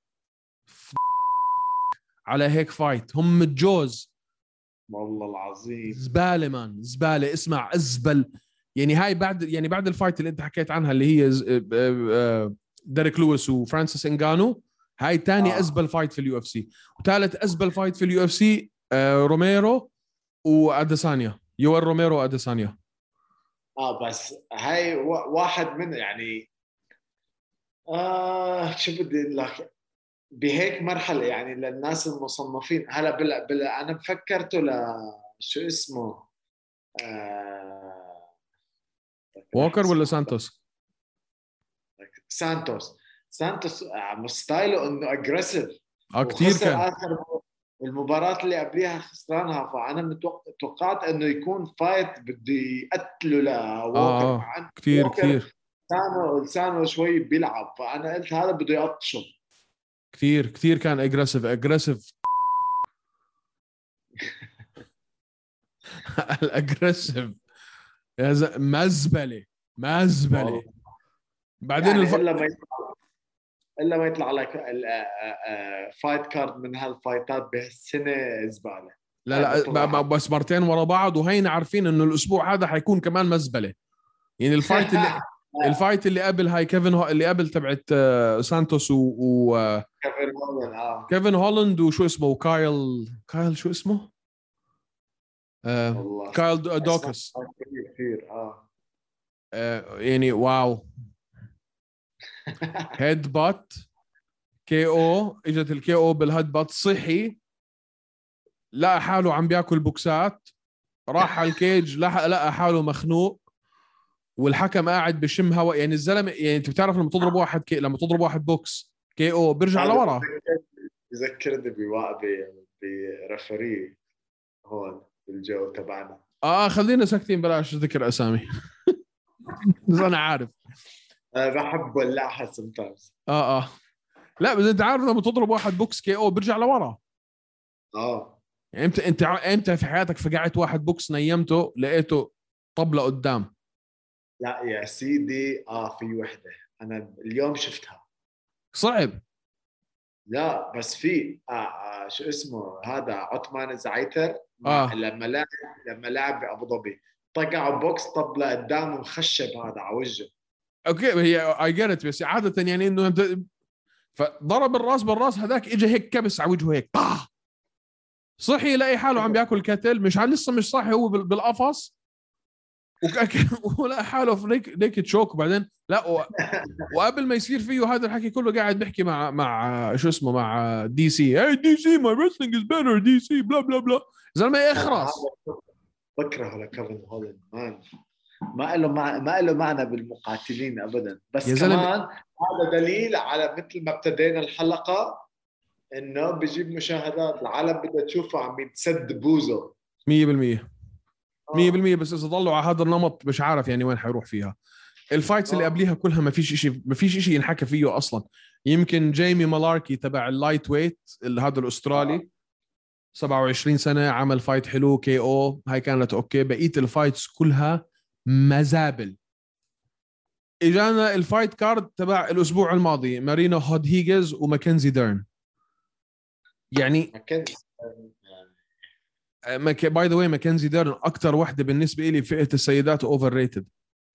على هيك فايت. هم الجوز والله العظيم زباله مان زباله. اسمع ازبل يعني هاي بعد يعني بعد الفايت اللي انت حكيت عنها اللي هي ديريك لويس وفرانسيس انغانو، هاي تاني آه. ازبل فايت في اليو اف سي. وثالث ازبل فايت في اليو اف سي روميرو واديسانيا، يوال روميرو واديسانيا. اه بس هاي واحد من يعني آه شو بدي اقول لك، بهيك مرحله يعني للناس المصنفين هلا بلا بلا انا فكرته ل شو اسمه آه... ووكر ولا سانتوس؟ سانتوس سانتوس آه ستايله انه اجريسيف. اه كثير كان. اخر المباراة اللي قبليها خسرانها، فانا متوقع توقعت انه يكون فايت بده يقتله لووكر. اه مع كثير ووكر كثير لسانه لسانه شوي بيلعب، فانا قلت هذا بده يقطشه. كثير كثير كان اجريسيف اجريسيف الاجريسيف يا ز... مزبله مزبله. بعدين يعني الف... الا ما يطلع الا ما يطلع لك فايت كارد من هالفايتات بهالسنه زباله. لا لا بس مرتين ورا بعض، وهين عارفين انه الاسبوع هذا حيكون كمان مزبله. يعني الفايت اللي الفايت اللي قبل هاي كيفن هو... اللي قبل تبعت سانتوس و, و... كيفن هولاند اه كيفن هولاند وشو اسمه كايل كايل شو اسمه آه... كايل دوكس كثير كثير اه آه... يعني واو هيد بات كي او، اجت الكي او بالهيد بات، صحي لقى حاله عم بياكل بوكسات، راح على الكيج لقى لقى حاله مخنوق، والحكم قاعد بشم هواء. يعني الزلمه، يعني انت بتعرف لما تضرب واحد كي لما تضرب واحد بوكس كي او بيرجع هذا لورا. بذكرني بوقت برفري هون بالجو تبعنا. اه خلينا ساكتين بلاش ذكر اسامي. بس انا عارف. انا بحب ولعها sometimes. اه اه لا بس انت عارف لما تضرب واحد بوكس كي او بيرجع لورا. اه يعني امتى انت امتى في حياتك فقعت واحد بوكس نيمته لقيته طبله قدام؟ لا يا سيدي، اه في وحده انا اليوم شفتها. صعب. لا بس في آه آه شو اسمه هذا عثمان زعيتر مع اه لما لعب لما لعب بابو ظبي، طقعوا بوكس طبله قدامه مخشب هذا على وجهه. اوكي هي اي جيت، بس عاده يعني انه انت فضرب الراس بالراس، هذاك اجى هيك كبس على وجهه هيك طاه، صحي يلاقي حاله عم بياكل كتل، مش عم لسه مش صاحي هو بال- بالقفص، وكأكل ولقى حاله في نيك نيك تشوك. وبعدين لا و... وقبل ما يصير فيه هذا الحكي كله قاعد بيحكي مع مع شو اسمه مع دي سي، هي دي سي ماي ريسلينج از بيتر دي سي بلا بلا بلا. زلمه اخرس. بكره لكيفن هولاند مان، ما له مع... ما له معنى بالمقاتلين ابدا. بس يا زلمه كمان هذا دليل على مثل ما ابتدينا الحلقه انه بجيب مشاهدات، العالم بدها تشوفه عم يتسد بوزه. مية بالمية مية آه. بالمية. بس اذا ضلوا على هذا النمط مش عارف يعني وين حيروح فيها. الفايتس اللي آه. قبليها كلها ما فيش شيء ما فيش شيء ينحكى فيه اصلا. يمكن جيمي مالاركي تبع اللايت ويت هذا الاسترالي، سبعة وعشرين سنه، عمل فايت حلو كي او، هاي كانت اوكي. بقيه الفايتس كلها مزابل. اجانا الفايت كارد تبع الاسبوع الماضي، مارينا هودهيجز وماكنزي ديرن. يعني ما كنت باي ذا واي ماكنزي ديرن اكثر وحده بالنسبه لي فئه السيدات اوفر ريتد.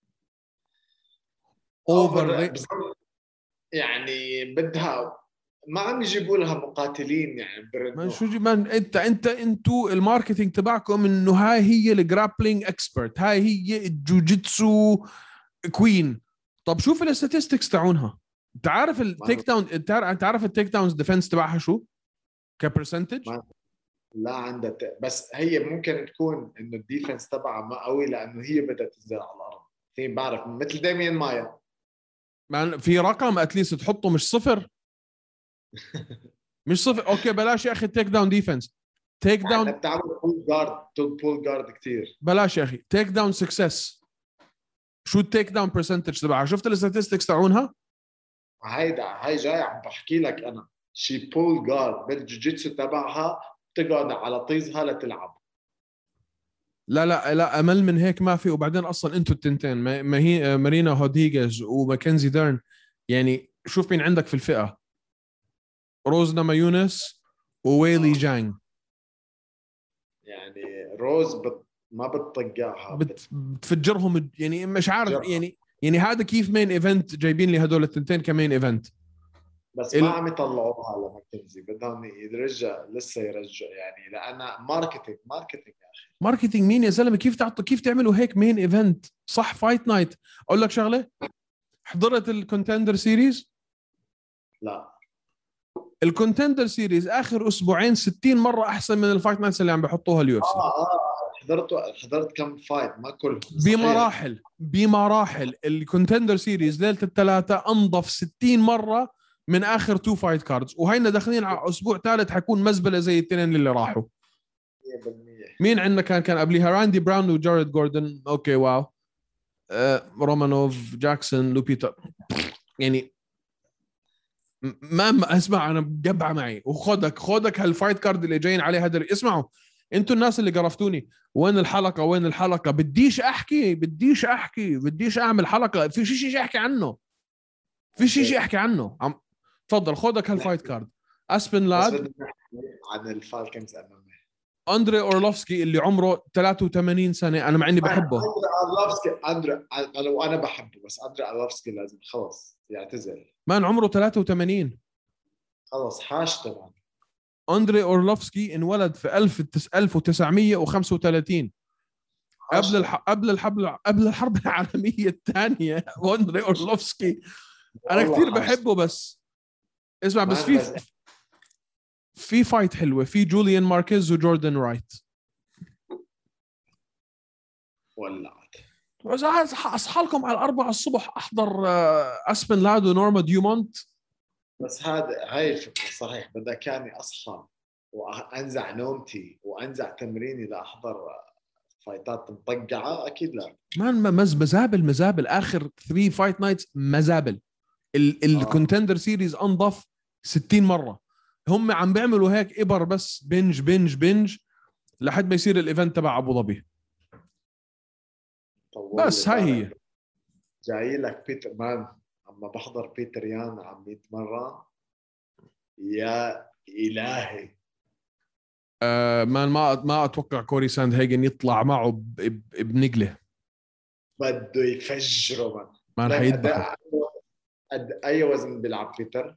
اوفر اوفر ريتد. يعني بدها ما عم يجيبوا لها مقاتلين يعني ما شو بردوها. جي مان، انت انت انتوا الماركتينج تبعكم انه هاي هي الجرابلينج اكسبرت، هاي هي الجوجيتسو كوين. طب شوف الاستاتستكس تاعونها. انت عارف التيك داون، انت عارف التيك داونز ديفنس تبعها شو كبرسنتج؟ ما لا عندها ت... بس هي ممكن تكون انه الديفنس تبعها ما قوي لانه هي بدها تنزل على الارض. في بعرف مثل ديميان مايا. مان في رقم اتليست تحطه، مش صفر. مش صفر. اوكي بلاش يا اخي تيك داون ديفنس، تيك احنا داون بتعمل بول جارد بول جارد كثير. بلاش يا اخي تيك داون سكسس. شو التيك داون برسنتج تبعها؟ شفت الاستاتستكس تاعونها؟ هيدا هاي جاي عم بحكي لك انا، شي بول جارد بالجوجيتسو تبعها بتقعد على طيزها لتلعب. لا لا لا امل من هيك ما في. وبعدين اصلا انتوا التنتين ما ما هي مارينا هوديجز وماكنزي ديرن، يعني شوف مين عندك في الفئه، روز نامايونس وويلي جانج. يعني روز بت... ما بتطقعها بت بتفجرهم، يعني مش عارف بتجرها. يعني يعني هذا كيف مين ايفنت جايبين لي هدول التنتين كمين ايفنت. بس ما ال... عم يطلعوها لماكنزي، بدهم يرجع لسه يرجع يعني لأن ماركتينج ماركتينج يا اخي. ماركتينج مين يا زلمه؟ كيف تعطوا كيف تعملوا هيك مين ايفنت؟ صح فايت نايت. اقول لك شغله، حضرت الكونتندر سيريز؟ لا الكونتندر سيريز اخر اسبوعين ستين مره احسن من الفايت نايتس اللي عم بحطوها اليو اف سي. اه اه حضرت حضرت كم فايت ما كلهم صحيح. بمراحل بمراحل الكونتندر سيريز ليله الثلاثاء انظف ستين مره من اخر تو فايت كاردز، وهينا داخلين على اسبوع ثالث حيكون مزبله زي الاثنين اللي راحوا. مية بالمية. مين عندنا كان كان قبليها؟ راندي براون وجاريد جوردن، اوكي واو. آه، رومانوف، جاكسون، لوبيتا. يعني ما ما اسمع انا جبعه معي. وخدك خدك هالفايت كارد اللي جايين عليه هذا. اسمعوا انتوا الناس اللي قرفتوني، وين الحلقه وين الحلقه؟ بديش احكي بديش احكي بديش اعمل حلقه، في شيء شيء احكي عنه، في شيء شيء احكي عنه. عم تفضل خدك هالفايت كارد. اسبن بس لاد بدنا نحكي عن الفالكنز امامي. اندري اورلوفسكي اللي عمره ثلاثة وثمانين سنه، انا مع اني بحبه. اندري ارلوفسكي اندري انا وانا بحبه، بس اندري ارلوفسكي لازم خلص يعتزل. مان عمره ثلاثة وثمانين. خلص حاش طبعا. اندري اورلوفسكي انولد في ألف وتسعمية وخمسة وثلاثين، قبل الح... قبل الحرب قبل الحرب العالميه الثانيه. واندري اورلوفسكي انا والله كتير حاج. بحبه بس اسمع بس مان في بس- في فايت حلوه في جوليان ماركيز وجوردن رايت. ولعت. بس عايز اصحى لكم على الأربعة الصبح احضر آه، اسبن لاد ونورما ديومونت. بس هذا هاي الفكرة صحيح، بدها كاني أصحى وأنزع نومتي وأنزع تمريني لأحضر فايتات مطقعة، أكيد لا. مان مز مزابل مزابل اخر ثلاثة فايت نايتس مزابل. الكونتندر سيريز انضف ستين مره. هم عم بيعملوا هيك ابر بس بنج بنج بنج لحد ما يصير الايفنت تبع ابو ظبي. طول بس لي هاي بالك. هي. جاي لك بيتر مان، أما بحضر بيتر يان عم يتمرن، يا إلهي. آه مان ما ما اتوقع كوري ساند هيجن يطلع معه ب- ب- بنقله. بده يفجره مان. مان ليك حيذبحه. قد قد أي وزن بيلعب بيتر؟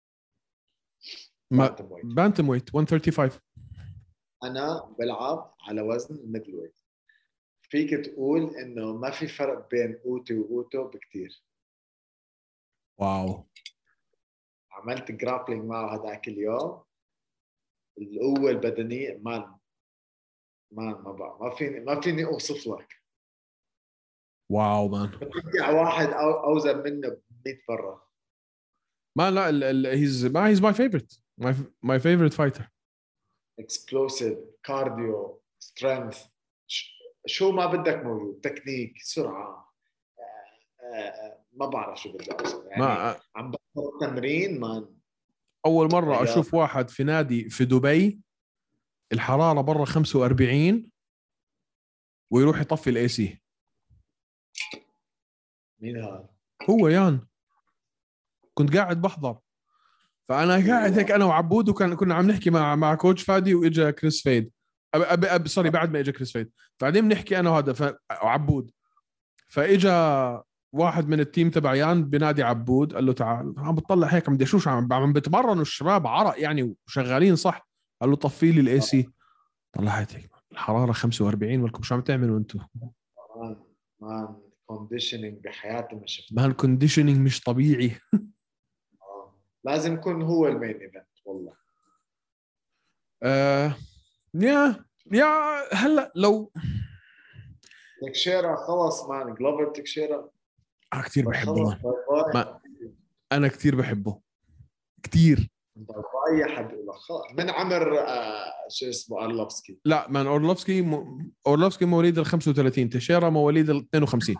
ما بانتم ويت. بانتم ويت مية وخمسة وثلاثين. أنا بلعب على وزن الميدل ويت. فيك تقول إنه ما في فرق بين أوتو وأوتو بكتير. واو. عملت جرابلينج معه هذاك اليوم، القوة البدنية مان مان ما بقى ما فيني ما فيني اوصف لك. واو مان. بترجع واحد أو اوزن منه ب مية مرة. ما لا ال هيز ما هيز ماي فيفورت ماي ماي فيفورت فايتر. اكسبلوسيف، كارديو، سترينث، شو ما بدك موجود، تكنيك، سرعة. آه، آه، ما بعرف شو بدي اوصف يعني. ما عم بطل تمرين مان. اول مره يا اشوف واحد في نادي في دبي الحراره برا خمسة وأربعين ويروح يطفي الاي سي. مين هذا؟ هو يان كنت قاعد بحضر فانا قاعد هيك انا وعبود وكان كنا عم نحكي مع مع كوتش فادي واجا كريس فيد. أب أب أب سوري بعد ما اجى كريس فيد بعدين بنحكي انا وهذا ف... وعبود فاجا واحد من التيم تبع يان بنادي عبود قال له تعال عم بتطلع هيك عم بدي اشوف عم عم بتمرنوا الشباب عرق يعني وشغالين صح. قال له طفي لي الاي سي. طلعت هيك الحراره خمسة وأربعين ولكم شو عم تعملوا انتم؟ مان مان كونديشنينج بحياتي ما شفت. مان كونديشنينج مش طبيعي. آه. لازم يكون هو المين ايفنت والله. آه يا يا هلا لو تكشيرا خلص مان، جلوفر تكشيرا انا كثير بحبه خلص. مان. باي باي. ما انا كثير بحبه كثير. باي باي. اي حد يقول لك خلص من عمر آه شو اسمه ارلوفسكي. لا مان اورلوفسكي م... اورلوفسكي مواليد ال خمسة وثلاثين تشيرا مواليد ال اثنين وخمسين.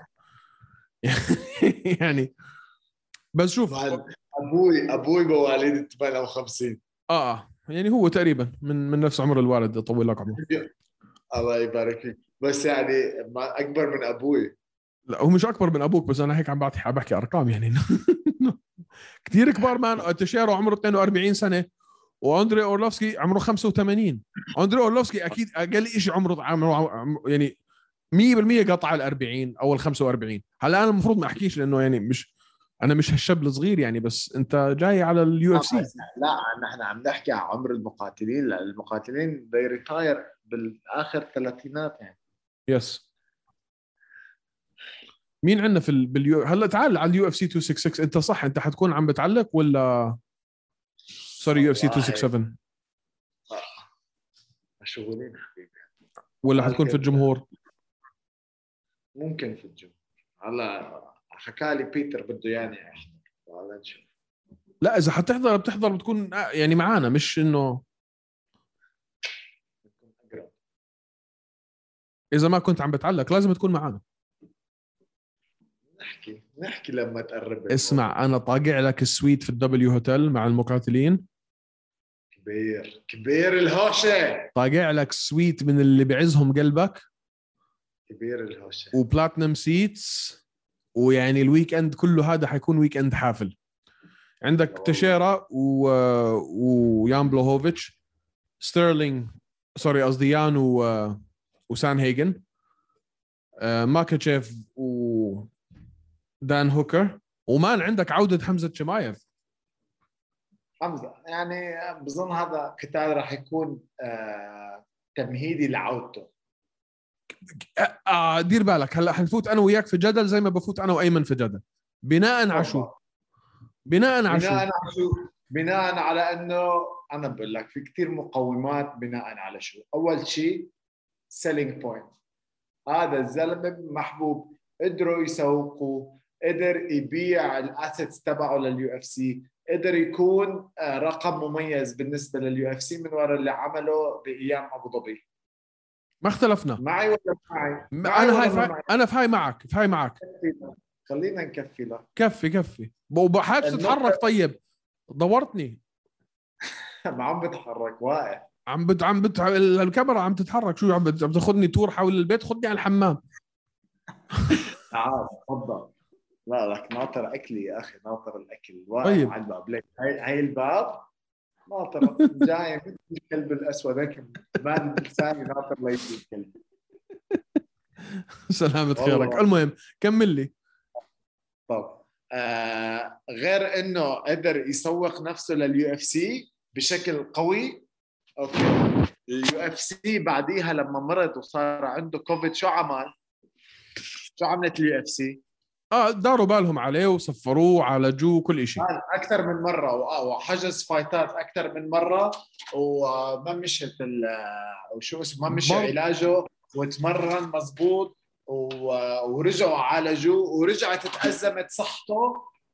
يعني بس شوف مان ابوي ابوي مواليد ال ثمانية وخمسين. اه اه يعني هو تقريبا من من نفس عمر الوالد يطول لك عمره. الله يبارك فيك، بس يعني ما اكبر من ابوي. لا هو مش اكبر من ابوك بس انا هيك عم بحكي عم بحكي ارقام يعني. كثير كبار مان. تشيرا عمره اثنين وأربعين سنه واندري اورلوفسكي عمره خمسة وثمانين. اندري اورلوفسكي اكيد اقل شيء عمره عمره يعني مية بالمية قطع ال أربعين او ال خمسة وأربعين. هلا انا المفروض ما احكيش لانه يعني مش انا مش هالشاب الصغير يعني بس انت جاي على اليو اف سي. لا نحن عم نحكي عن عمر المقاتلين، لأن المقاتلين they retire بالاخر ثلاثينات يعني. يس. مين عندنا في ال... باليو هلا تعال على اليو اف سي مئتين وستة وستين. انت صح انت حتكون عم بتعلق ولا سوري يو اف سي مئتين وستة وسبعين مشغولين حبيبي ولا حتكون في الجمهور؟ ممكن في الجمهور. هلا حكى لي بيتر بده يعني احضر، هلا نشوف. لا اذا حتحضر بتحضر بتكون يعني معانا مش انه اذا ما كنت عم بتعلق لازم تكون معانا. نحكي نحكي لما تقرب. اسمع انا طاقع لك السويت في الدبليو هوتيل مع المقاتلين. كبير كبير الهوشه. طاقع لك سويت من اللي بعزهم قلبك. كبير الهوشه. وبلاتنم سيتس ويعني الويك اند كله هذا حيكون ويك اند حافل. عندك تشيرا و... ويان بلوهوفيتش ستيرلينج سوري قصدي يان و... وسان هيجن آه، ماكاتشيف ودان هوكر. ومان عندك عودة حمزة شمايف. حمزه يعني بظن هذا قتال راح يكون آه تمهيدي لعودته. آه دير بالك هلا حنفوت انا وياك في جدل زي ما بفوت انا وايمن في جدل بناء على شو؟ بناء على شو؟ بناء على شو؟ بناء على انه انا بقول لك في كثير مقومات. بناء على شو؟ اول شيء سيلينج بوينت. هذا الزلمه محبوب، قدروا يسوقوا، قدر يبيع الاسيتس تبعه لليو اف سي، قدر يكون رقم مميز بالنسبه لليو اف سي من وراء اللي عمله بايام ابو ظبي. ما اختلفنا. معي ولا معي؟ معي انا هاي فا... انا في هاي معك، في هاي معك. خلينا نكفي لك. كفي كفي وبحاج تتحرك. طيب دورتني. ما عم بتحرك، واقف. عم بت... عم بت... الكاميرا عم تتحرك. شو عم بت... عم تاخذني تور حول البيت؟ خذني على الحمام. تعال تفضل. لا لك ناطر اكلي يا اخي، ناطر الاكل واقف طيب. على الباب. ليك هاي هاي الباب ناطر جاي مثل الكلب الاسود هيك ماد لساني ناطر ليجي الكلب. سلامة خيرك. المهم كمل لي. طب آه غير انه قدر يسوق نفسه لليو اف سي بشكل قوي. اوكي اليو اف سي بعديها لما مرض وصار عنده كوفيد شو عمل؟ شو عملت اليو اف سي؟ اه داروا بالهم عليه وصفروه وعالجوه كل شيء اكثر من مره، وحجز فايتات اكثر من مره، وما مشت وشو اسمه ما مشي علاجه، وتمرن مزبوط ورجعوا عالجوه ورجعت تأزمت صحته.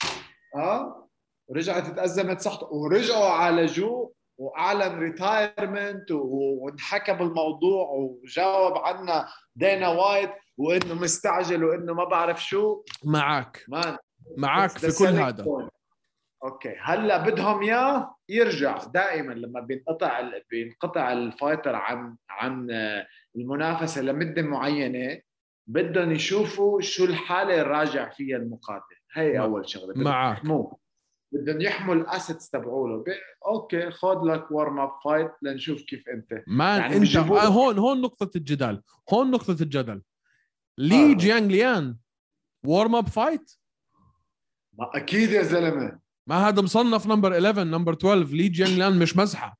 اه ورجعت تأزمت صحته ورجعوا عالجوه واعلن ريتايرمنت وانحكى بالموضوع وجاوب عنا دينا وايت وانه مستعجل وانه ما بعرف شو. معك مان معك في كل هذا. اوكي هلا بدهم اياه يرجع. دائما لما بينقطع بينقطع الفايتر عن عن المنافسه لمده معينه بدهم يشوفوا شو الحاله الراجع فيها المقاتل. هي اول شغله معك. مو بدهم يحموا الاسيتس تبعوله. اوكي خذ لك وارم اب فايت لنشوف كيف انت مان. يعني انت هون هون نقطه الجدال. هون نقطه الجدل. لي آه. جيانغ ليان وارم اب فايت؟ ما اكيد يا زلمه. ما هذا مصنف نمبر إحدى عشر نمبر اثناشر. لي جيانغ ليان مش مزحه.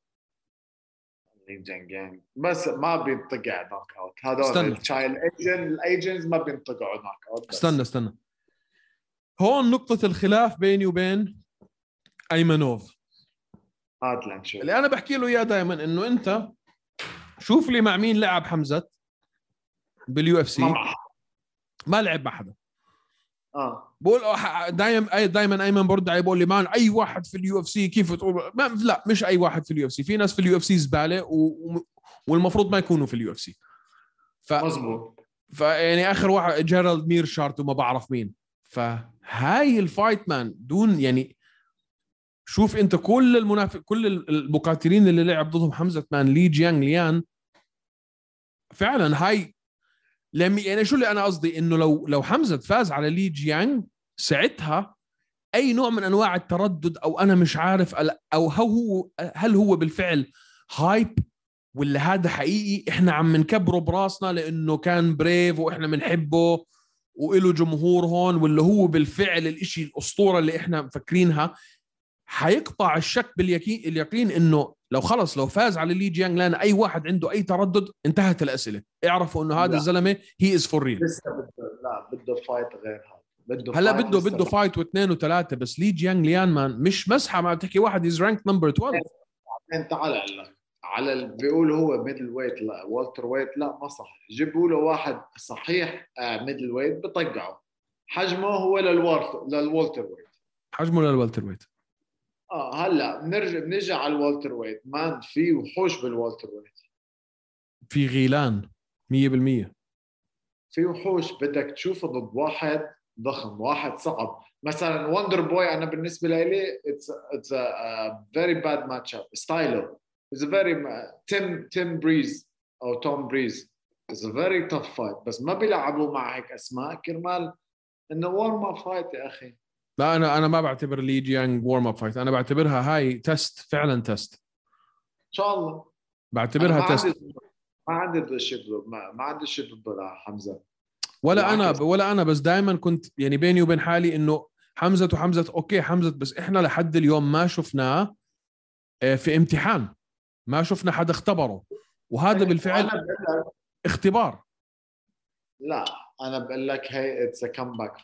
لي جيانغ ليان بس ما بينطقع نوك اوت. هذول التشايلد ايجن الايجنز ما بينطقعوا نوك اوت. استنى استنى هون نقطه الخلاف بيني وبين ايمنوف. هات لنشوف. اللي انا بحكي له اياه دائما انه انت شوف لي مع مين لعب حمزه باليو اف سي. ما, ما لعب مع حدا. اه بقول دائما دائما ايمن برد علي بقول لي مان اي واحد في اليو اف سي كيف تقول؟ لا مش اي واحد في اليو اف سي. في ناس في اليو اف سي زباله و... والمفروض ما يكونوا في اليو اف سي. ف... مظبوط. فيعني اخر واحد جيرالد مير شارت وما بعرف مين. فهاي الفايت مان دون يعني شوف انت كل المنافق كل المقاتلين اللي لعب ضدهم حمزه مان لي جيانغ ليان فعلا هاي لم يعني شو اللي انا قصدي انه لو لو حمزه فاز على لي جيانغ ساعتها اي نوع من انواع التردد او انا مش عارف او هو هل هو بالفعل هايب ولا هذا حقيقي احنا عم نكبره براسنا لانه كان بريف واحنا بنحبه وإله جمهور هون، ولا هو بالفعل الاشي الاسطوره اللي احنا مفكرينها. حيقطع الشك باليقين اليقين انه لو خلص لو فاز على لي جيانغ لان اي واحد عنده اي تردد انتهت الاسئله. اعرفوا انه هذا الزلمه هي از فور ريل. لسه بده لا بده فايت غير هذا. بده هلا بده بده فايت واثنين وثلاثه. بس لي جيانغ ليان مان مش مسحه. ما بتحكي واحد از رانك نمبر اثناشر. انت على على اللي بيقول هو ميدل ويت لا والتر ويت لا ما صح. جيبوا له واحد صحيح ميدل ويت بطقعه. حجمه هو للوالتر للوالتر ويت. حجمه للوالتر ويت. اه هلا بنرجع بنرجع على الوالتر ويت. مان في وحوش بالوالتر ويت. في غيلان مية بالمية. في وحوش بدك تشوفه ضد واحد ضخم واحد صعب. مثلا وندر بوي انا بالنسبه لي اتس اتس ا فيري باد ماتش اب. ستايله is a very تيم تيم بريز او توم بريز is a very tough fight. بس ما بيلعبوا مع هيك اسماء كرمال انه وارم اب فايت يا اخي. لا انا انا ما بعتبر لي جيانغ وارم اب فايت. انا بعتبرها هاي تست فعلا تست. ان شاء الله بعتبرها ما تست. عندي ما عندي شيء ما, ما عندي شيء ضد حمزه ولا انا ولا انا بس دائما كنت يعني بيني وبين حالي انه حمزه وحمزه اوكي حمزه بس احنا لحد اليوم ما شفناه في امتحان. ما شفنا حدا اختبره وهذا بالفعل اختبار. لا انا بقول لك هي اتس ا كمباك فايت.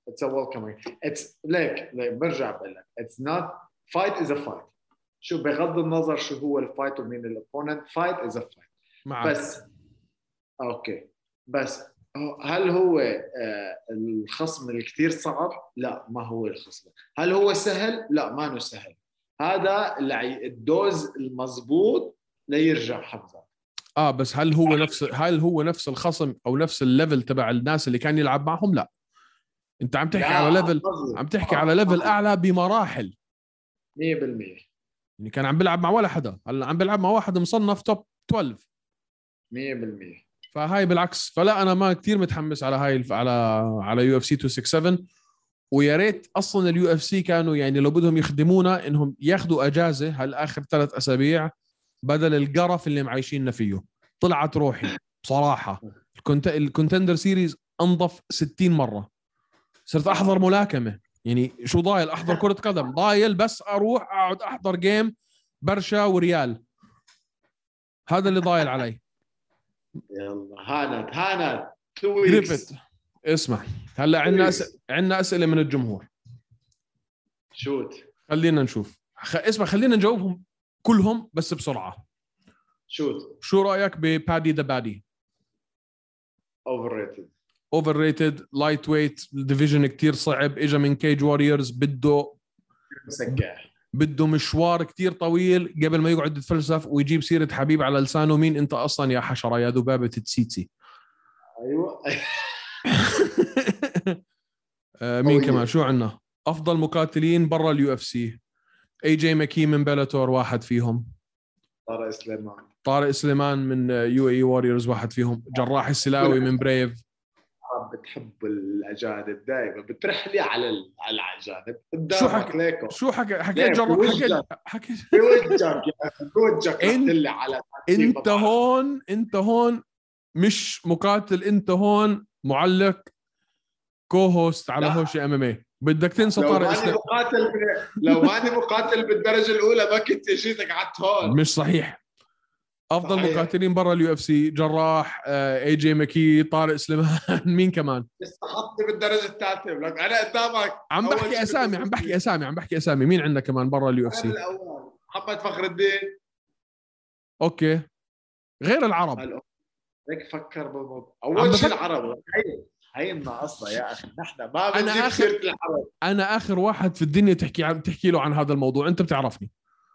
it's a welcoming it's ليك ليك برجع بقول لك it's not fight is a fight شو بغض النظر شو هو الفايت ومين الاوبوننت fight is a fight معك. بس اوكي بس هل هو آه الخصم الكثير صعب؟ لا ما هو الخصم. هل هو سهل؟ لا ما هو سهل. هذا الدوز المضبوط ليرجع حمزة. اه بس هل هو نفس هل هو نفس الخصم او نفس الليفل تبع الناس اللي كان يلعب معهم؟ لا انت عم تحكي على ليفل عم تحكي على ليفل اعلى بمراحل مية بالمية. يعني كان عم بيلعب مع ولا حدا، هلا عم بيلعب مع واحد مصنف توب اثنا عشر مية بالمية. فهاي بالعكس. فلا انا ما كتير متحمس على هاي على على يو اف سي مئتين وسبعة وستين، ويا ريت اصلا اليو اف سي كانوا يعني لو بدهم يخدمونا انهم ياخذوا اجازه هالاخر ثلاث اسابيع بدل القرف اللي معيشيننا فيه. طلعت روحي بصراحه. الكونت... الكونتندر سيريز انظف ستين مره. صرت احضر ملاكمه، يعني شو ضايل احضر كره قدم، ضايل بس اروح اقعد احضر جيم برشا وريال. هذا اللي ضايل علي. يلا هاند هاند جريفت اسمع هلا عندنا أس... عندنا اسئله من الجمهور. شوت خلينا نشوف خ... اسمع خلينا نجاوبهم كلهم بس بسرعه. شوت. شو رايك ببادي ذا بادي؟ اوفر ريتد. اوفر ريتد، لايت ويت، ديفيجن كتير صعب، اجى من كيج واريورز، بده مسكح، بده مشوار كتير طويل قبل ما يقعد يتفلسف ويجيب سيره حبيب على لسانه. مين انت اصلا يا حشره يا ذبابه تسيتسي؟ ايوه مين كمان؟ شو عنا؟ افضل مقاتلين برا اليو اف سي. اي جي ماكي من بلاتور واحد فيهم. طارق سليمان. طارق سليمان من يو اي واريورز واحد فيهم. جراح السلاوي من بريف. بتحب الاجانب دائما بترحلي على على الاجانب. شو حكي شو حكي حكيت جراح حكيت حكيت بوجهك يا اخي بوجهك رحت على انت هون انت هون مش مقاتل، انت هون معلق كو هوست على هوشي ام ام اي. بدك تنسى طارق اسلام. مقاتل لو ماني مقاتل بالدرجه الاولى ما كنت جيتك قعدت هون. مش صحيح. افضل صحيح. مقاتلين برا اليو اف سي جراح، اي جي ماكي، طارق سليمان. مين كمان؟ استحطني بالدرجه الثالثه لك انا قدامك. عم بحكي اسامي عم بحكي اسامي عم بحكي اسامي مين عندنا كمان برا اليو اف سي؟ الاول محمد فخر الدين. اوكي غير العرب. هيك فكر بالموضوع. اول شيء العرب هي هي ناقصنا يا اخي. نحن ما بنجيب سيره العرب. انا اخر واحد في الدنيا تحكي عم تحكي له عن هذا الموضوع. انت بتعرفني.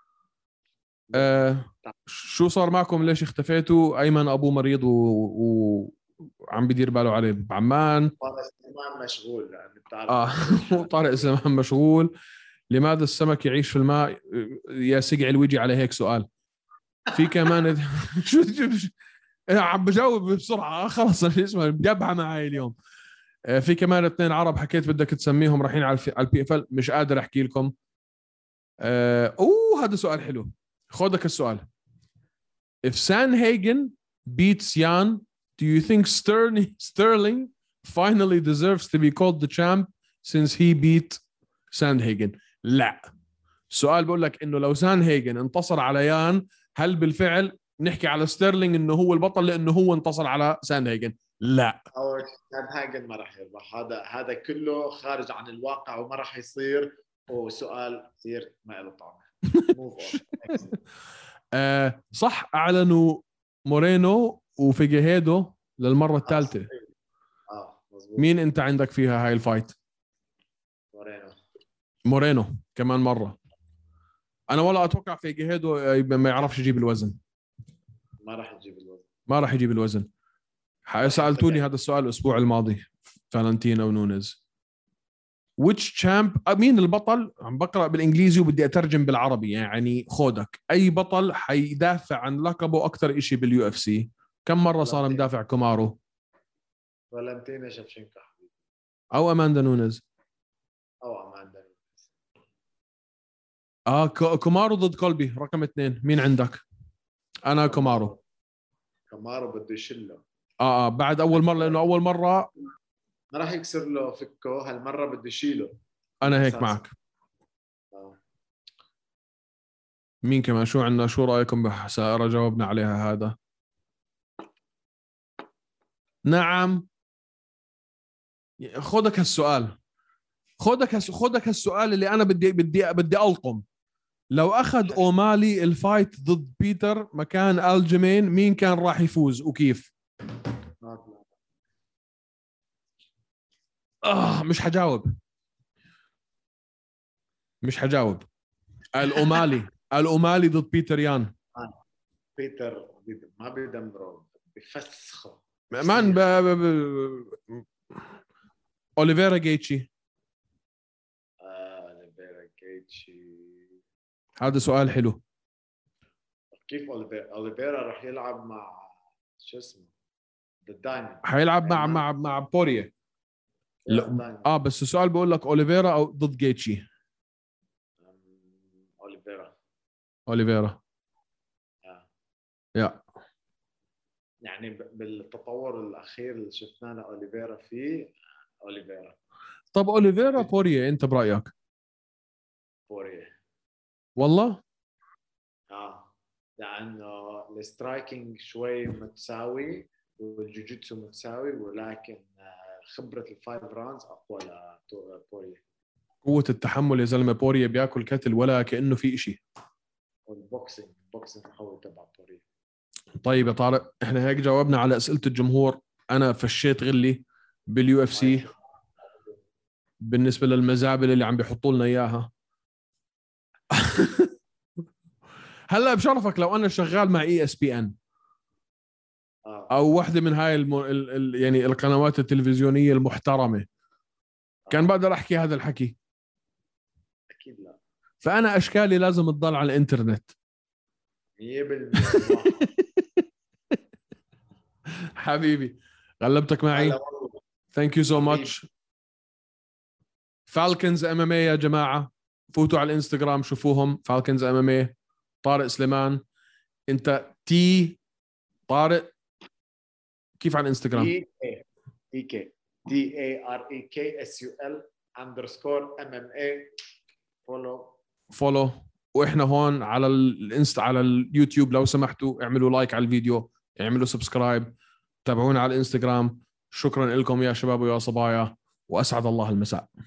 أه شو صار معكم؟ ليش اختفيتوا؟ ايمن ابو مريض و... وعم بدير باله عليه بعمان. طارق سليمان مشغول يعني بتعرف. اه طارق سليمان مشغول. لماذا السمك يعيش في الماء؟ يا سقع الوجه على هيك سؤال. في كمان شو عم بجاوب بسرعه خلص اسمه جابها معي اليوم. في كمان اثنين عرب حكيت بدك تسميهم رايحين على البي اف ال. مش قادر احكي لكم. اوه هذا سؤال حلو. خذك السؤال. If Sanhagen beats Jan, do you think Sterling Sterling finally deserves to be called the champ since he beat Sandhagen? لا. السؤال بقول لك انه لو سانهيجن انتصر على يان هل بالفعل نحكي على ستيرلينج انه هو البطل لانه هو انتصر على سانهيجن؟ لا. أو سانهيجن ما راح يربح. هذا هذا كله خارج عن الواقع وما راح يصير. وسؤال كثير ما له طعم. آه صح. اعلنوا مورينو وفيجيهيدو للمره الثالثه. اه مزبوط. مين انت عندك فيها هاي الفايت؟ مورينو. مورينو كمان مره. انا والله اتوقع فيجيهيدو ما يعرفش يجيب الوزن. ما راح يجيب الوزن. ما راح يجيب الوزن. سالتوني هذا السؤال الاسبوع الماضي. فالنتينا ونونيز. which champ مين البطل؟ عم بقرأ بالإنجليزي وبدي أترجم بالعربي. يعني خودك أي بطل حيدافع عن لقبه أكتر إشي باليو اف سي؟ كم مرة صار مدافع كومارو؟ فالنتينا شفشنكو أو أماندا نونيز. أو أماندا نونيز. آه كومارو ضد كولبي رقم اثنين. مين عندك؟ أنا كومارو. كومارو بده يشله. آه, آه بعد أول مرة لأنه أول مرة ما راح يكسر له فكه. هالمرة بده يشيله. أنا هيك معك. آه. مين كمان؟ شو عنا؟ شو رأيكم بحسارة جاوبنا عليها هذا؟ نعم. خذك هالسؤال. خدك هس... خدك هالسؤال اللي انا بدي بدي بدي القم. لو اخذ اومالي الفايت ضد بيتر مكان الجيمين مين كان راح يفوز وكيف؟ اه مش حجاوب مش حجاوب الاومالي الاومالي ضد بيتر يان. بيتر ما بيدمره بفسخه مان ب... ب... ب... اوليفيرا جيتشي. آه، اوليفيرا جيتشي. هذا سؤال حلو. كيف اوليفيرا اوليفيرا راح يلعب مع شو اسمه ضد حيلعب مع مع مع بوريه. لا اه بس السؤال بقول لك اوليفيرا او ضد جيتشي. اوليفيرا اوليفيرا آه. يا يعني بالتطور الاخير اللي شفناه لاوليفيرا فيه اوليفيرا. طب اوليفيرا بوريه انت برايك؟ بوريه والله اه لانه السترايكينج شوي متساوي والجوجيتسو متساوي ولكن خبره الفايف راوندز اقوى لبوريه. قوه التحمل يا زلمه بوريه بياكل كتل ولا كانه في إشي. والبوكسينج البوكسينج قوي تبع بوريه. طيب يا طارق احنا هيك جاوبنا على اسئله الجمهور. انا فشيت غلي باليو اف سي بالنسبه للمزابل اللي عم بيحطوا لنا اياها. هلا بشرفك لو انا شغال مع اي اس بي ان او واحده من هاي الم... ال... ال... يعني القنوات التلفزيونيه المحترمه كان بقدر احكي هذا الحكي؟ اكيد لا. فانا اشكالي لازم تضل على الانترنت. مية بالمية. حبيبي غلبتك معي. ثانك يو سو ماتش. فالكنز ام ام اي يا جماعه فوتوا على الانستغرام شوفوهم. فالكنز ام ام اي. طارق سليمان. انت تي طارق كيف على الانستغرام؟ دي اي كي دي اي ار اي كي اس يو ال اندرسكور ام ام اي. فولو فولو. واحنا هون على الانست على اليوتيوب لو سمحتوا اعملوا لايك على الفيديو اعملوا سبسكرايب تابعونا على الانستغرام. شكرا لكم يا شباب ويا صبايا واسعد الله المساء.